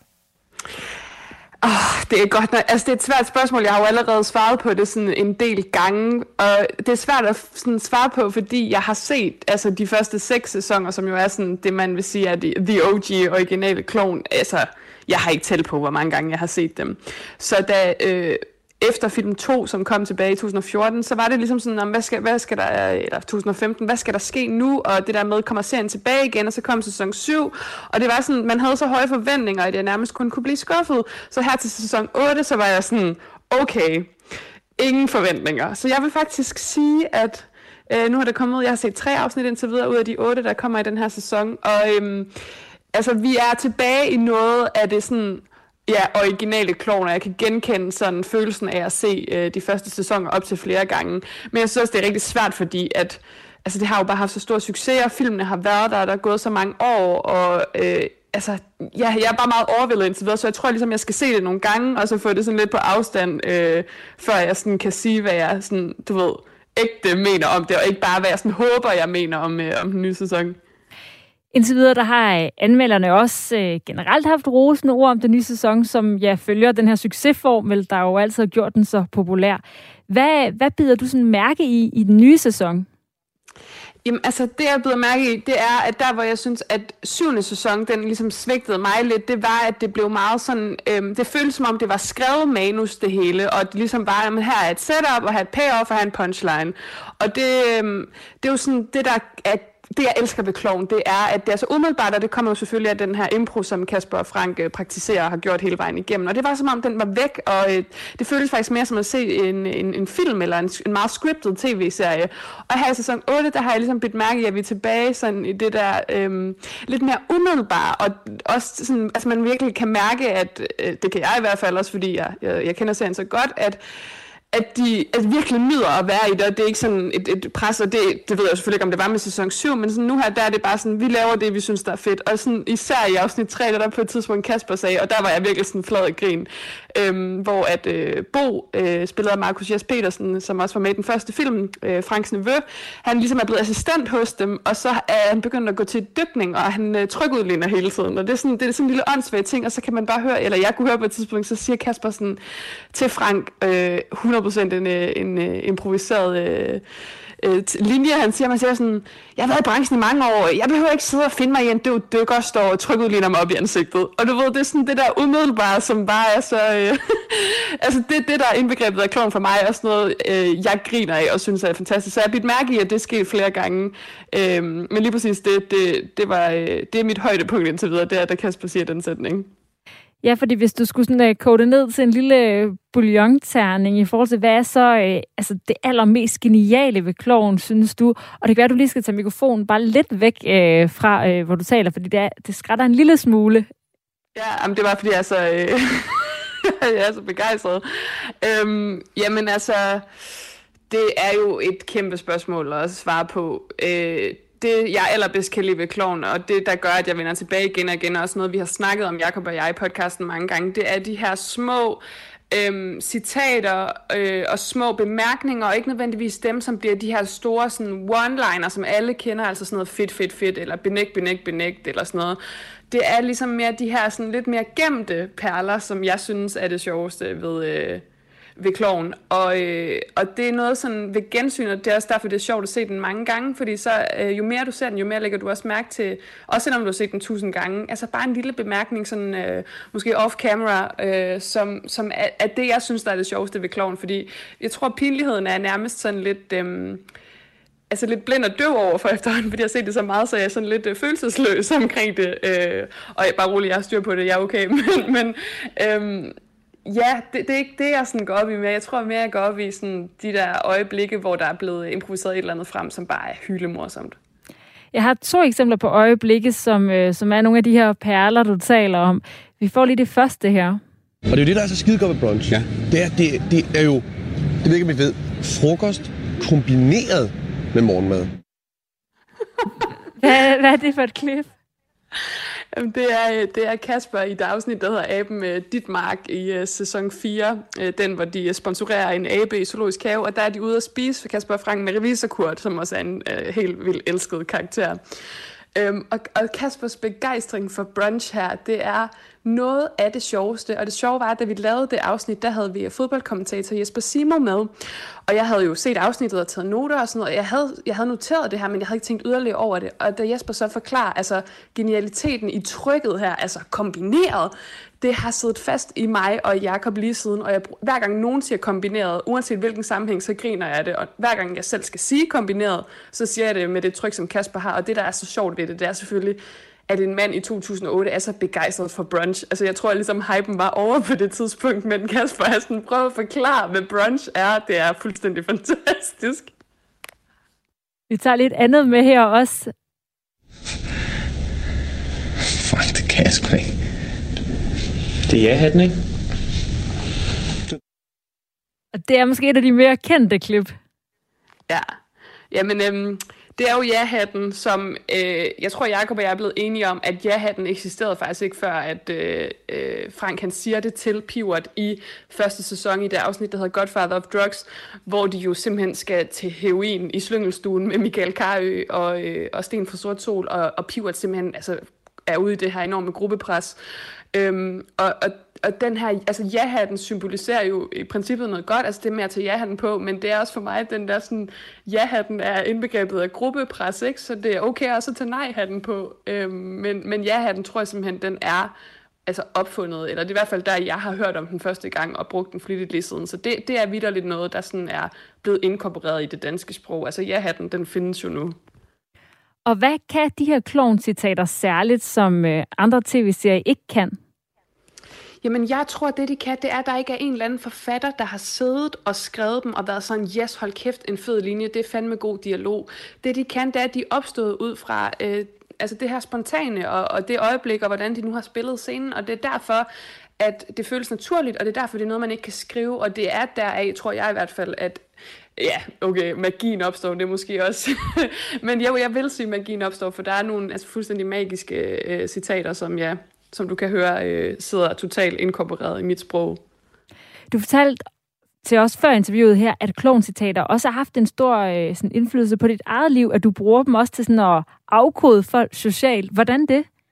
Det er godt nok. Altså, det er et svært spørgsmål. Jeg har jo allerede svaret på det sådan en del gange, og det er svært at sådan svare på, fordi jeg har set altså, de første 6 sæsoner, som jo er sådan det, man vil sige er the OG originale Klovn. Altså, jeg har ikke talt på, hvor mange gange jeg har set dem. Så da efter film 2, som kom tilbage i 2014, så var det ligesom sådan, hvad skal der, eller 2015, hvad skal der ske nu? Og det der med, kommer serien tilbage igen, og så kom sæson 7, og det var sådan, man havde så høje forventninger, at jeg nærmest kun kunne blive skuffet. Så her til sæson 8, så var jeg sådan, okay, ingen forventninger. Så jeg vil faktisk sige, at nu har det kommet, jeg har set 3 afsnit indtil videre ud af de 8, der kommer i den her sæson, og altså, vi er tilbage i noget af det sådan, originale Klovn, og jeg kan genkende sådan følelsen af at se de første sæsoner op til flere gange. Men jeg synes også, det er rigtig svært, fordi at, altså, det har jo bare haft så stor succes, og filmene har været der er gået så mange år, og altså, jeg er bare meget overvældet indtil videre, så jeg tror ligesom, jeg skal se det nogle gange, og så få det sådan lidt på afstand, før jeg sådan kan sige, hvad jeg sådan, du ved, ægte mener om det, og ikke bare, hvad jeg sådan håber, jeg mener om den nye sæson. Indtil videre, der har anmelderne også generelt haft rosende ord om den nye sæson, som følger den her succesformel, der jo altid har gjort den så populær. Hvad bider du sådan mærke i den nye sæson? Jamen, altså, det jeg bider mærke i, det er, at der, hvor jeg synes, at 7. sæson, den ligesom svigtede mig lidt, det var, at det blev meget sådan, det føltes som om, det var skrevet manus, det hele, og det ligesom bare, at her er et setup, og her er et payoff, og her er en punchline. Og det er jo sådan, det der er det, jeg elsker ved Klovn, det er, at det er så umiddelbart, og det kommer jo selvfølgelig af den her impro, som Kasper og Frank praktiserer og har gjort hele vejen igennem. Og det var som om, den var væk, og det føltes faktisk mere som at se en film eller en meget scripted tv-serie. Og her i sæson 8, der har jeg ligesom bidt mærke i, at vi er tilbage sådan i det der lidt mere umiddelbare, og også sådan, altså man virkelig kan mærke, at det kan jeg i hvert fald også, fordi jeg kender serien så godt, at de virkelig nyder at være i det, og det er ikke sådan et pres, og det ved jeg selvfølgelig ikke, om det var med sæson 7, men sådan nu her, der er det bare sådan, vi laver det, vi synes, der er fedt, og sådan især i afsnit 3, der på et tidspunkt Kasper sagde, og der var jeg virkelig sådan flad af grin, hvor at Bo, spillet af Markus Jes Petersen, som også var med i den første film, Franks nevø, han ligesom er blevet assistent hos dem, og så er han begyndt at gå til dykning, og han trykudligner hele tiden, og det er sådan en lille åndssvagt ting, og så kan man bare høre, eller jeg kunne høre på et tidspunkt, så siger Kasper sådan til Frank, 100% 100% en improviseret linje, han siger. Man siger sådan, jeg har været i branchen i mange år, jeg behøver ikke sidde og finde mig i en død dykker, står og trykudligner mig op i ansigtet. Og du ved, det er sådan det der umiddelbare, som bare er så... altså det der er indbegrebet af klovn for mig, er også noget, jeg griner af og synes er fantastisk. Så jeg har bidt mærke i, at det skete flere gange. Men lige præcis, det er mit højdepunkt indtil videre, det er, at Kasper siger den sætning. Ja, fordi hvis du skulle sådan koge det ned til en lille bouillonterning i forhold til, hvad er så altså det allermest geniale ved klovn, synes du? Og det kan være, at du lige skal tage mikrofonen bare lidt væk fra, hvor du taler, fordi det skrætter en lille smule. Ja, det var fordi, jeg er så begejstret. Jamen altså, det er jo et kæmpe spørgsmål at svare på. Det, jeg allerbedst kan lide ved klovn, og det, der gør, at jeg vender tilbage igen og igen, og også noget, vi har snakket om, Jacob og jeg, i podcasten mange gange, det er de her små citater og små bemærkninger, og ikke nødvendigvis dem, som bliver de her store sådan one-liner, som alle kender, altså sådan noget fedt, eller benægt, eller sådan noget. Det er ligesom mere de her sådan lidt mere gemte perler, som jeg synes er det sjoveste ved klovn. Og det er noget sådan ved gensyn, og det er også derfor, det er sjovt at se den mange gange, fordi så jo mere du ser den, jo mere lægger du også mærke til, også selvom du har set den 1000 gange, altså bare en lille bemærkning, sådan måske off-camera, som er det, jeg synes, der er det sjoveste ved klovn, fordi jeg tror, pinligheden er nærmest sådan lidt... altså lidt blind og døv over for efterhånden, fordi jeg har set det så meget, så jeg er sådan lidt følelsesløs omkring det. Og bare roligt, jeg har styr på det, jeg er okay. Men ja, det er ikke det, jeg sådan går op i mere. Jeg tror mere, jeg går op i sådan de der øjeblikke, hvor der er blevet improviseret et eller andet frem, som bare er hylemorsomt. Jeg har 2 eksempler på øjeblikke, som er nogle af de her perler, du taler om. Vi får lige det første her. Og det er jo det, der er så skide godt ved brunch. Ja. Det er jo, det ved ikke, om vi ved, frokost kombineret med morgenmad. Hvad er det for et klip? Jamen, det er Kasper i det afsnit, der hedder Aben med Ditmark i sæson 4. Den, hvor de sponsorerer en abe i Zoologisk Have, og der er de ude at spise for Kasper og Frank med revisorkurt, som også er en helt vildt elsket karakter. Og Kaspers begejstring for brunch her, det er noget af det sjoveste. Og det sjove var, at da vi lavede det afsnit, der havde vi fodboldkommentator Jesper Simo med. Og jeg havde jo set afsnittet og taget noter og sådan noget. Jeg havde noteret det her, men jeg havde ikke tænkt yderligere over det. Og da Jesper så forklarer, altså genialiteten i trykket her, altså kombineret, det har siddet fast i mig og Jacob lige siden. Og hver gang nogen siger kombineret, uanset hvilken sammenhæng, så griner jeg det. Og hver gang jeg selv skal sige kombineret, så siger jeg det med det tryk, som Kasper har. Og det, der er så sjovt ved det, det er selvfølgelig, at en mand i 2008 er så begejstret for brunch. Altså, jeg tror, at ligesom hypen var over på det tidspunkt, men Kasper har sådan prøvet at forklare, hvad brunch er. Det er fuldstændig fantastisk. Vi tager lidt andet med her også. Fuck, det kan jeg sgu ikke. Det er ja-hatten, ikke? Og det er måske et af de mere kendte klip. Ja. Jamen, det er jo ja-hatten, som jeg tror, Jacob og jeg er blevet enige om, at ja-hatten eksisterede faktisk ikke før, at Frank han siger det til Pivot i første sæson i det afsnit, der hedder Godfather of Drugs, hvor de jo simpelthen skal til heroin i slyngelstuen med Michael Carøe og Sten fra Sort Sol, og Pivot simpelthen altså, er ude i det her enorme gruppepres. Og den her, altså ja-hatten symboliserer jo i princippet noget godt, altså det med at tage ja-hatten på, men det er også for mig, den der sådan, ja-hatten er indbegrebet af gruppepres, ikke? Så det er okay også at tage nej-hatten på, men ja-hatten tror jeg simpelthen, den er altså opfundet, eller det er i hvert fald der, jeg har hørt om den første gang og brugt den flittigt lige siden, så det er vitterligt noget, der sådan er blevet inkorporeret i det danske sprog, altså ja-hatten, den findes jo nu. Og hvad kan de her klovncitater særligt, som andre tv-serier ikke kan? Jamen, jeg tror, det de kan, det er, at der ikke er en eller anden forfatter, der har siddet og skrevet dem og været sådan, yes, hold kæft, en fed linje, det er fandme god dialog. Det de kan, det er, at de er opstået ud fra altså det her spontane og det øjeblik, og hvordan de nu har spillet scenen, og det er derfor, at det føles naturligt, og det er derfor, det er noget, man ikke kan skrive, og det er deraf, tror jeg i hvert fald, at ja, okay, magien opstår, det er måske også. Men jo, jeg vil sige, at magien opstår, for der er nogle altså, fuldstændig magiske citater, som du kan høre, sidder totalt inkorporeret i mit sprog. Du fortalte til os før interviewet her, at klovncitater også har haft en stor sådan indflydelse på dit eget liv, at du bruger dem også til sådan at afkode folk socialt. Hvordan det?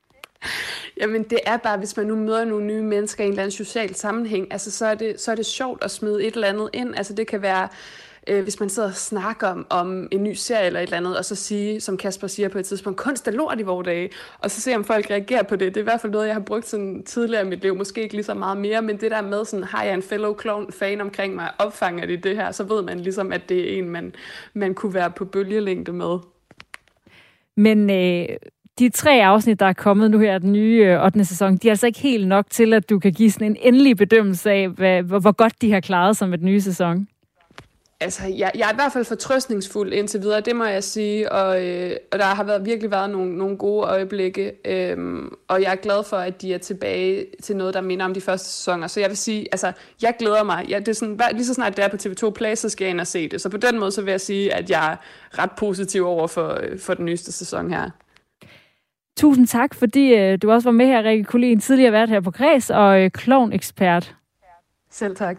Jamen det er bare, hvis man nu møder nogle nye mennesker i en eller anden social sammenhæng, altså så er det sjovt at smide et eller andet ind. Altså det kan være, hvis man sidder og snakker om en ny serie eller et eller andet, og så sige, som Kasper siger på et tidspunkt, kunst er lort i vores dage, og så se om folk reagerer på det. Det er i hvert fald noget, jeg har brugt sådan tidligere i mit liv, måske ikke lige så meget mere, men det der med sådan, har jeg en fellow clown-fan omkring mig, opfanger de det her, så ved man ligesom, at det er en, man kunne være på bølgelængde med. Men de 3 afsnit, der er kommet nu her, den nye 8. sæson, de er altså ikke helt nok til, at du kan give sådan en endelig bedømmelse af, hvor godt de har klaret sig med den nye sæson. Altså, jeg er i hvert fald fortrøstningsfuld indtil videre, det må jeg sige, og der har virkelig været nogle gode øjeblikke, og jeg er glad for, at de er tilbage til noget, der minder om de første sæsoner. Så jeg vil sige, altså, jeg glæder mig. Det er sådan, lige så snart det er på TV2 Play, så skal jeg ind og se det. Så på den måde, så vil jeg sige, at jeg er ret positiv over for den nyeste sæson her. Tusind tak, fordi du også var med her, Rikke Collin, tidligere vært her på Kreds og klovn-ekspert. Selv tak.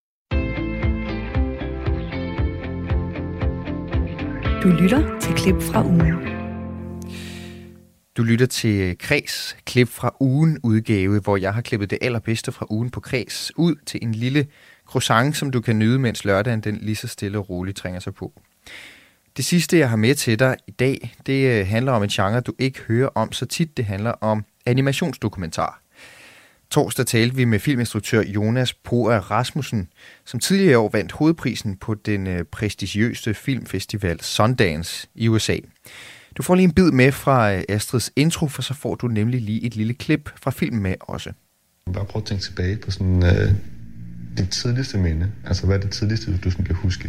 Du lytter til klip fra ugen. Du lytter til Kreds klip fra ugen udgave, hvor jeg har klippet det allerbedste fra ugen på Kreds ud til en lille croissant, som du kan nyde, mens lørdagen den lige så stille og roligt trænger sig på. Det sidste, jeg har med til dig i dag, det handler om en genre, du ikke hører om så tit. Det handler om animationsdokumentar. Torsdag talte vi med filminstruktør Jonas Poer Rasmussen, som tidligere i år vandt hovedprisen på den prestigiøse filmfestival Sundance i USA. Du får lige en bid med fra Astrids intro, for så får du nemlig lige et lille klip fra filmen med også. Bare prøv at tænke tilbage på sådan dit tidligste minde. Altså, hvad er det tidligste, du sådan kan huske?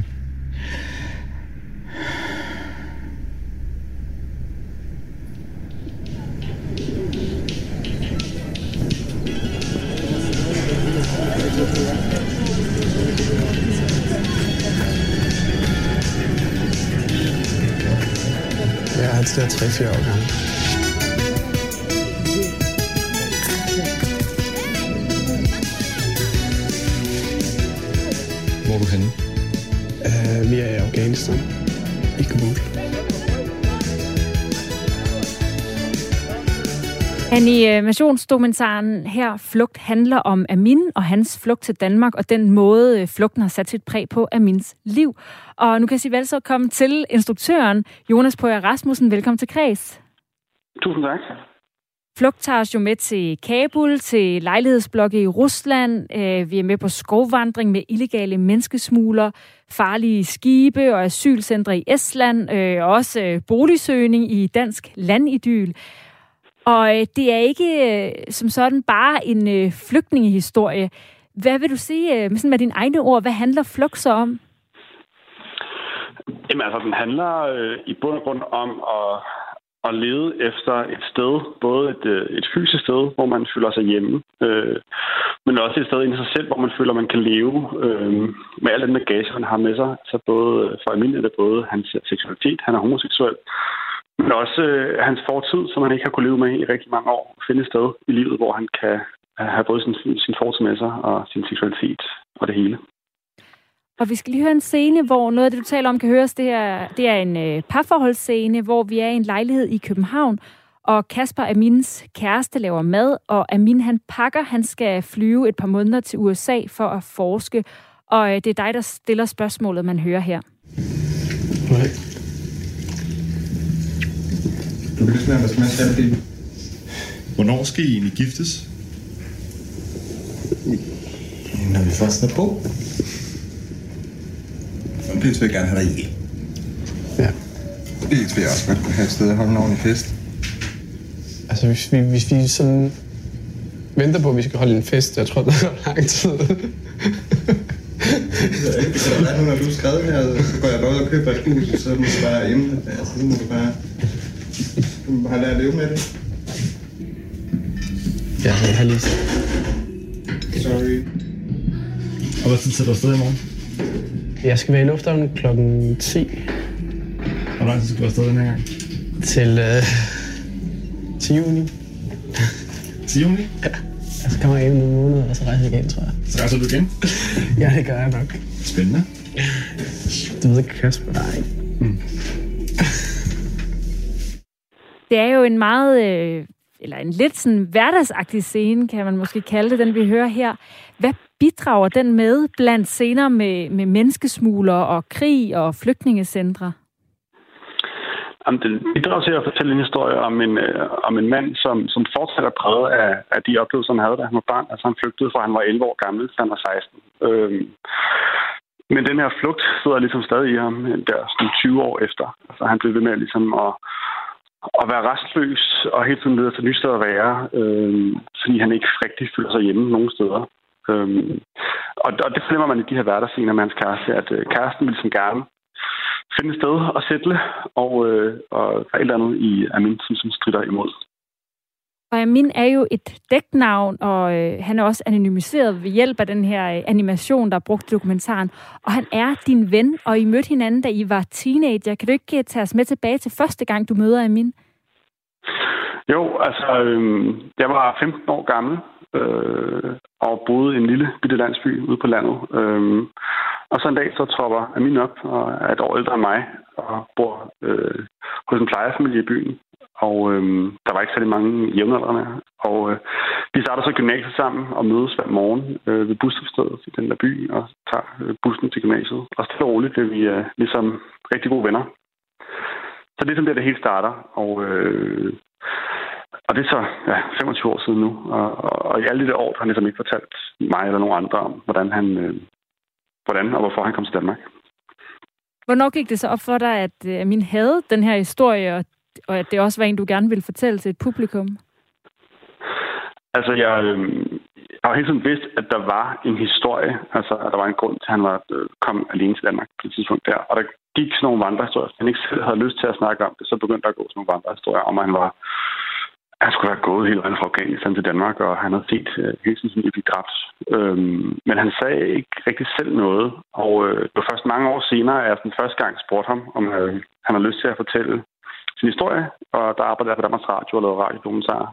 Jeg er altid 3-4 år gammel. Hvor er du henne? Vi er i Afghanistan. I Kabul. Animationsdokumentaren her, Flugt, handler om Amin og hans flugt til Danmark, og den måde, flugten har sat sit præg på Amins liv. Og nu kan jeg sige velkommen til instruktøren Jonas Poer Rasmussen. Velkommen til Kreds. Tusind tak. Flugt tager os jo med til Kabul, til lejlighedsblokke i Rusland. Vi er med på skovvandring med illegale menneskesmugler, farlige skibe og asylcentre i Estland, og også boligsøgning i dansk landidyl. Og det er ikke som sådan bare en flygtningehistorie. Hvad vil du sige med dine egne ord? Hvad handler Flugt så om? Jamen altså, den handler i bund og grund om at lede efter et sted, både et fysisk sted, hvor man føler sig hjemme, men også et sted inde i sig selv, hvor man føler, man kan leve med al den bagage, han har med sig. Så både for Amin er det både hans seksualitet, han er homoseksuel, men også hans fortid, som han ikke har kunnet leve med i rigtig mange år, finde et sted i livet, hvor han kan have både sin fortid med sig og sin seksualitet og det hele. Og vi skal lige høre en scene, hvor noget af det, du taler om, kan høres. Det er en parforholdsscene, hvor vi er i en lejlighed i København, og Kasper, Amins kæreste, laver mad, og Amin, han pakker, han skal flyve et par måneder til USA for at forske, og det er dig, der stiller spørgsmålet, man hører her. Nej. Du kan ligesom være, hvad skal man sige det? Hvornår skal I egentlig giftes? Når vi først er på. Og Pils vil gerne have dig igen. Ja. Pils vil også godt have et sted at holde en ordentlig fest. Altså, hvis vi sådan venter på, at vi skal holde en fest, jeg tror, det er lang tid. Det kan da være nu, når du er skrevet her, så går jeg bare ud og køber et hus, så må du bare hjemme det der, så må du bare lære at leve med det. Ja, jeg har lige sagt. Sorry. Og hvad tid tager du afsted i morgen? Jeg skal være i lufthavnen klokken 10. Hvor lang tid skal du afsted den her gang? Til juni. Til juni? Ja. Så kommer jeg ind nogle måneder, og så rejser jeg igen, tror jeg. Så rejser du igen? Ja, det gør jeg nok. Spændende. Du ved ikke, Kasper. Nej. Det er jo en meget eller en lidt sådan hverdagsagtig scene, kan man måske kalde det, den vi hører her. Hvad bidrager den med blandt scener med menneskesmuglere og krig og flygtningecentre? Den bidrager til at fortælle en historie om en mand, som fortsat er præget af de oplevelser, han havde, da han var barn. Altså han flygtede fra, han var 11 år gammel, til han var 16. Men den her flugt sidder ligesom stadig i ham, der sådan 20 år efter. Altså han blev ved med ligesom at være restløs og helt tiden leder til et nyt sted at være, fordi han ikke rigtig føler sig hjemme nogen steder. Og det fornemmer man i de her hverdagsscener med hans kæreste, at kæresten vil ligesom gerne finde et sted at sætte, og der er et eller andet i Amin, som strider imod. Og Amin er jo et dæknavn, og han er også anonymiseret ved hjælp af den her animation, der er brugt i dokumentaren. Og han er din ven, og I mødte hinanden, da I var teenager. Kan du ikke tage os med tilbage til første gang, du møder Amin? Jo, altså, jeg var 15 år gammel, og boede i en lille bitte landsby ude på landet. Og så en dag så tropper Amin op, og er et år ældre end mig, og bor hos en plejefamilie i byen. Og der var ikke særlig mange jævnaldrende. Og vi starter så gymnasiet sammen og mødes hver morgen ved busstoppestedet i den der by, og tager bussen til gymnasiet. Og stille og roligt bliver vi ligesom rigtig gode venner. Så det er sådan, det hele starter. Og det er så 25 år siden nu. Og i alle de år har han ligesom ikke fortalt mig eller nogen andre om, hvordan og hvorfor han kom til Danmark. Hvornår gik det så op for dig, at Amin havde den her historie, og at det også var en, du gerne ville fortælle til et publikum? Altså, jeg har hele tiden vidst, at der var en historie. Altså, at der var en grund til, at han kom alene til Danmark på et tidspunkt der. Og der gik sådan nogle vandrehistorier. Hvis han ikke selv havde lyst til at snakke om det, så begyndte der at gå sådan nogle vandrehistorier om, at han skulle være gået hele vejen fra Afghanistan til Danmark, og han havde set hele tiden blive dræbt. Men han sagde ikke rigtig selv noget. Og det var først mange år senere, at jeg den første gang spurgte ham, om han havde lyst til at fortælle sin historie, og der arbejdede jeg på Danmarks Radio og lavede radiodokumentarer.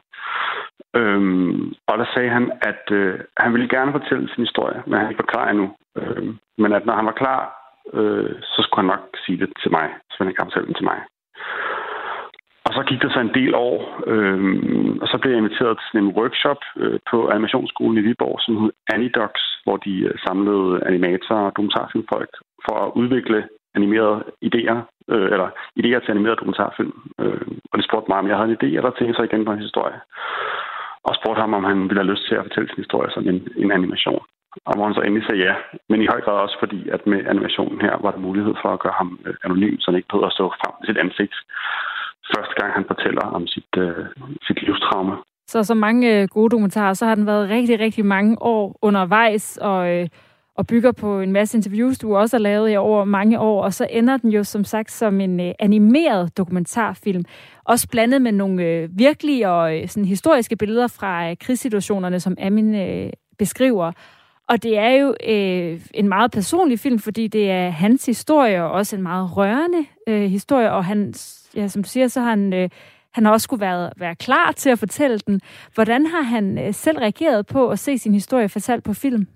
Og der sagde han, at han ville gerne fortælle sin historie, men han ikke var klar endnu. Men at når han var klar, så skulle han nok sige det til mig, så han ikke kan fortælle den til mig. Og så gik der så en del år, og så blev jeg inviteret til en workshop på animationsskolen i Viborg, som hed Anidocs, hvor de samlede animatorer og dokumentarfilmfolk for at udvikle animerede idéer, eller idéer til animerede dokumentarfilm. Og de spurgte mig, om jeg havde en idé, eller tænkte så igen på en historie. Og spurgte ham, om han ville have lyst til at fortælle sin historie som en animation. Og hvor han så endelig sagde ja. Men i høj grad også fordi, at med animationen her var der mulighed for at gøre ham anonym, så han ikke behøvede at stå frem med sit ansigt første gang, han fortæller om sit livstraume. Så mange gode dokumentarer, så har den været rigtig, rigtig mange år undervejs, og bygger på en masse interviews, du også har lavet i over mange år, og så ender den jo som sagt som en animeret dokumentarfilm. Også blandet med nogle virkelige og sådan historiske billeder fra krigssituationerne, som Amin beskriver. Og det er jo en meget personlig film, fordi det er hans historie, og også en meget rørende historie, og han, ja, som du siger, så har han har også skulle være klar til at fortælle den. Hvordan har han selv reageret på at se sin historie fortalt på film?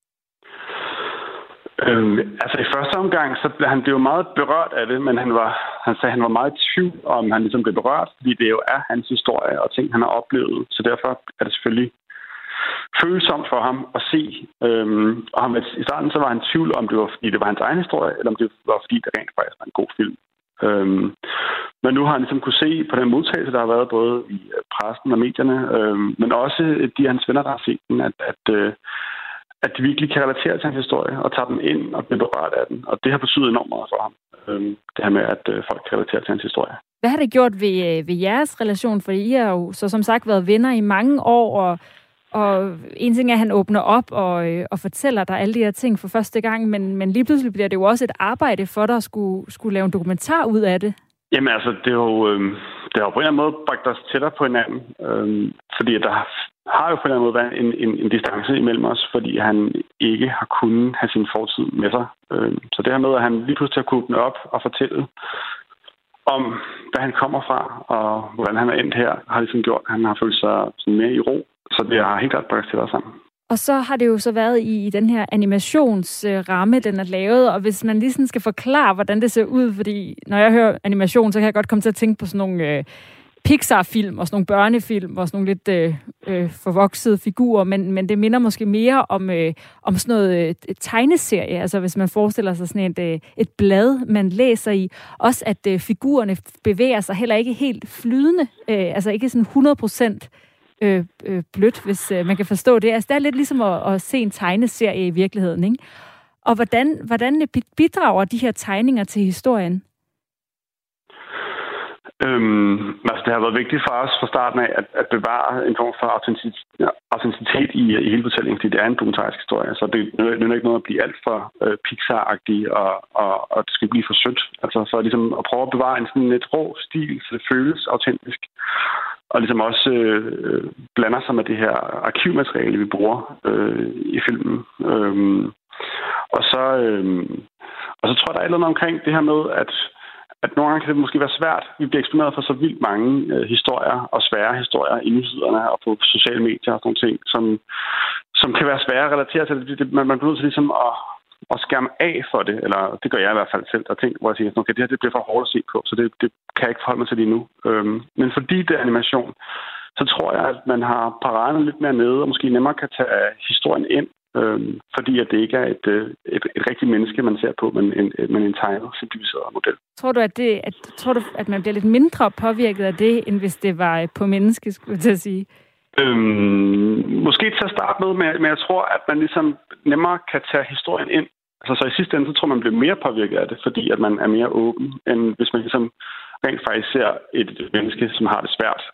Altså i første omgang, så blev han meget berørt af det, men han sagde, at han var meget i tvivl om, han ligesom blev berørt, fordi det jo er hans historie og ting, han har oplevet. Så derfor er det selvfølgelig følsomt for ham at se. Og i starten så var han i tvivl, om det var fordi det var hans egen historie, eller om det var fordi det rent faktisk var en god film. Men nu har han ligesom kunne se på den modtagelse, der har været både i pressen og medierne, men også de hans venner, der har set den, at de virkelig kan relatere til hans historie og tage dem ind og blive berørt af den. Og det har betydet enormt meget for ham. Det her med, at folk kan relatere til hans historie. Hvad har det gjort ved jeres relation? For I har jo så som sagt været venner i mange år, og en ting er, at han åbner op og fortæller dig alle de her ting for første gang, men lige pludselig bliver det jo også et arbejde for dig at skulle lave en dokumentar ud af det. Jamen altså, det har jo på en eller anden måde bragt os tættere på hinanden, fordi der har jo på en eller anden måde været en distance imellem os, fordi han ikke har kunnet have sin fortid med sig. Så det her med, at han lige pludselig har kunnet åbne op og fortælle om, hvad han kommer fra, og hvordan han er endt her, har ligesom gjort, at han har følt sig sådan mere i ro. Så det har helt klart bragt tættere sammen. Og så har det jo så været i den her animationsramme, den er lavet, og hvis man lige sådan skal forklare, hvordan det ser ud, fordi når jeg hører animation, så kan jeg godt komme til at tænke på sådan nogle Pixar-film og sådan nogle børnefilm og sådan nogle lidt forvoksede figurer, men det minder måske mere om sådan noget tegneserie, altså hvis man forestiller sig sådan et blad, man læser i. Også at figurerne bevæger sig heller ikke helt flydende, altså ikke sådan 100% blødt, hvis man kan forstå det. Altså det er lidt ligesom at se en tegneserie i virkeligheden, ikke? Og hvordan bidrager de her tegninger til historien? Altså det har været vigtigt for os fra starten af at bevare en form for autenticitet i hele fortællingen, fordi det er en dokumentarisk historie. Så det er ikke noget at blive alt for Pixar-agtig, og det skal blive for sødt. Altså så ligesom at prøve at bevare en sådan lidt rå stil, så det føles autentisk. Og ligesom også blander sig med det her arkivmateriale, vi bruger i filmen. Og så tror jeg, der er et eller andet omkring det her med, at nogle gange kan det måske være svært. Vi bliver eksponeret for så vildt mange historier og svære historier i nyhederne og på sociale medier og sådan nogle ting, som kan være svære at relatere til. Man bliver nødt til ligesom at skærme af for det, eller det gør jeg i hvert fald selv, og ting, hvor jeg siger, okay, det her det bliver for hårdt at se på, så det kan jeg ikke forholde mig til lige nu. Men fordi det er animation, så tror jeg, at man har paraderne lidt mere nede, og måske nemmere kan tage historien ind, fordi at det ikke er et rigtigt menneske, man ser på, men en tegnet, simplificeret model. Tror du, at man bliver lidt mindre påvirket af det, end hvis det var på menneske, skulle jeg til at sige? Måske til at starte med, men jeg tror, at man ligesom nemmere kan tage historien ind. Altså, så i sidste ende, så tror man bliver mere påvirket af det, fordi at man er mere åben, end hvis man ligesom rent faktisk ser et menneske, som har det svært.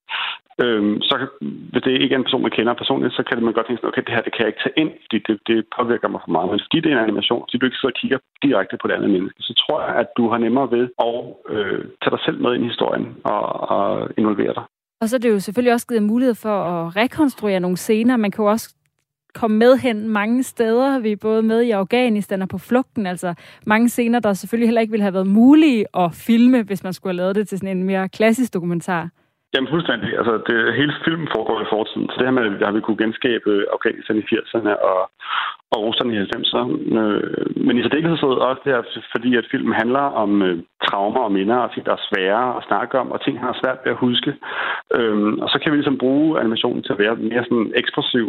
Så hvis det ikke er en person, man kender personligt, så kan man godt tænke, okay, det her det kan jeg ikke tage ind, fordi det påvirker mig for meget. Men fordi det er en animation, så du ikke sidder og kigger direkte på det andet menneske, så tror jeg, at du har nemmere ved at tage dig selv med ind i historien og involvere dig. Og så er det jo selvfølgelig også givet mulighed for at rekonstruere nogle scener. Man kan jo også komme med hen mange steder. Vi er både med i Afghanistan og på flugten. Altså mange scener, der selvfølgelig heller ikke ville have været mulige at filme, hvis man skulle have lavet det til sådan en mere klassisk dokumentar. Jamen fuldstændig. Altså hele filmen foregår i fortiden. Så det her med, at har vi kunne genskabe Afghanistan i 80'erne og Rusland i 90'erne. Men i særdeleshed også det her, fordi at filmen handler om traumer og minder og ting, der er svære at snakke om, og ting, der er svært ved at huske. Og så kan vi ligesom bruge animationen til at være mere sådan ekspressiv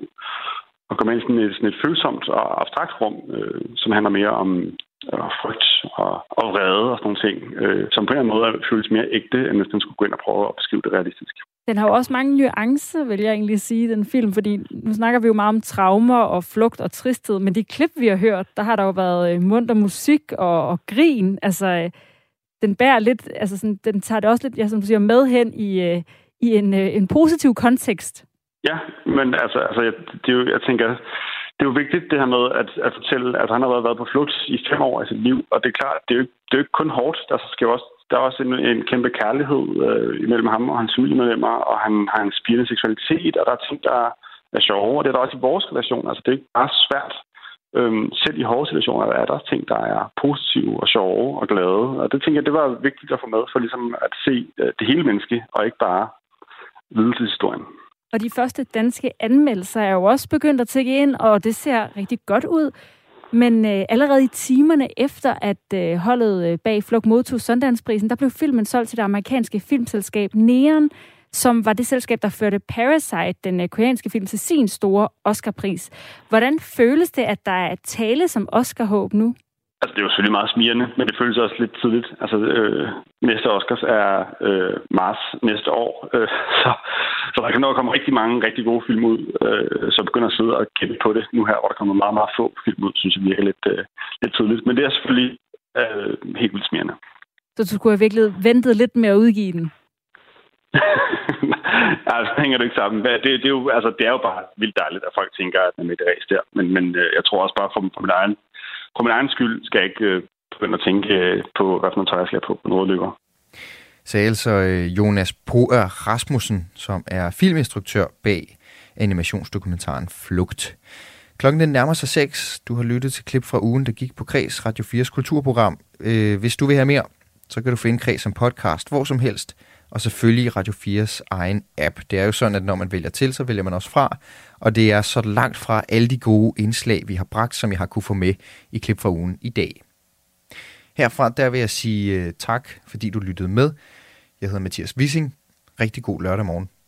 og komme ind i sådan et følsomt og abstrakt rum, som handler mere om frygt og vrede og sådan nogle ting, som på en eller anden måde føles mere ægte, end hvis den skulle gå ind og prøve at beskrive det realistisk. Den har jo også mange nuancer, vil jeg egentlig sige, den film, fordi nu snakker vi jo meget om traumer og flugt og tristhed, men de klip, vi har hørt, der har der jo været munter musik og grin. Altså, den bærer lidt, altså sådan, den tager det også lidt, som du siger, med hen i en positiv kontekst. Ja, men altså jeg tænker, det er jo vigtigt det her med at fortælle, at han har været på flugt i 5 år af sit liv, og det er klart, det er jo ikke kun hårdt. Der er også en kæmpe kærlighed imellem ham og hans familiemedlemmer, og han har en spirende seksualitet, og der er ting, der er sjove, og det er der også i vores relation. Altså det er ikke bare svært. Selv i hårde situationer er der ting, der er positive og sjove og glade, og det tænker jeg, det var vigtigt at få med, for ligesom at se det hele menneske, og ikke bare lidelseshistorien. Og de første danske anmeldelser er jo også begyndt at tikke ind, og det ser rigtig godt ud. Men allerede i timerne efter, at holdet bag Flugt modtog Sundance-prisen, der blev filmen solgt til det amerikanske filmselskab Neon, som var det selskab, der førte Parasite, den koreanske film, til sin store Oscar-pris. Hvordan føles det, at der er tale som Oscar-håb nu? Altså, det er jo selvfølgelig meget smirrende, men det føles også lidt tidligt. Altså, næste Oscars er marts næste år, så der kan nå at komme rigtig mange rigtig gode film ud, så begynder at sidde og gætte på det nu her, hvor der kommer meget, meget få film ud, synes jeg virker lidt tidligt. Men det er selvfølgelig helt vildt smirrende. Så du skulle have virkelig ventet lidt med at udgive den? Altså, det hænger det ikke sammen. Det er jo bare vildt dejligt, at folk tænker, at man er med det ræs der. Men jeg tror også bare for min egen skyld skal jeg ikke begynde at tænke på, hvad for noget tøj jeg skal på noget løber. Sagde altså Jonas Poer Rasmussen, som er filminstruktør bag animationsdokumentaren Flugt. Klokken den nærmer sig 6. Du har lyttet til klip fra ugen, der gik på Kreds Radio 4's kulturprogram. Hvis du vil have mere, så kan du finde Kreds som podcast hvor som helst, og selvfølgelig i Radio 4's egen app. Det er jo sådan, at når man vælger til, så vælger man også fra, og det er så langt fra alle de gode indslag, vi har bragt, som jeg har kunne få med i klip fra ugen i dag. Herfra der vil jeg sige tak, fordi du lyttede med. Jeg hedder Mathias Wissing. Rigtig god lørdag morgen.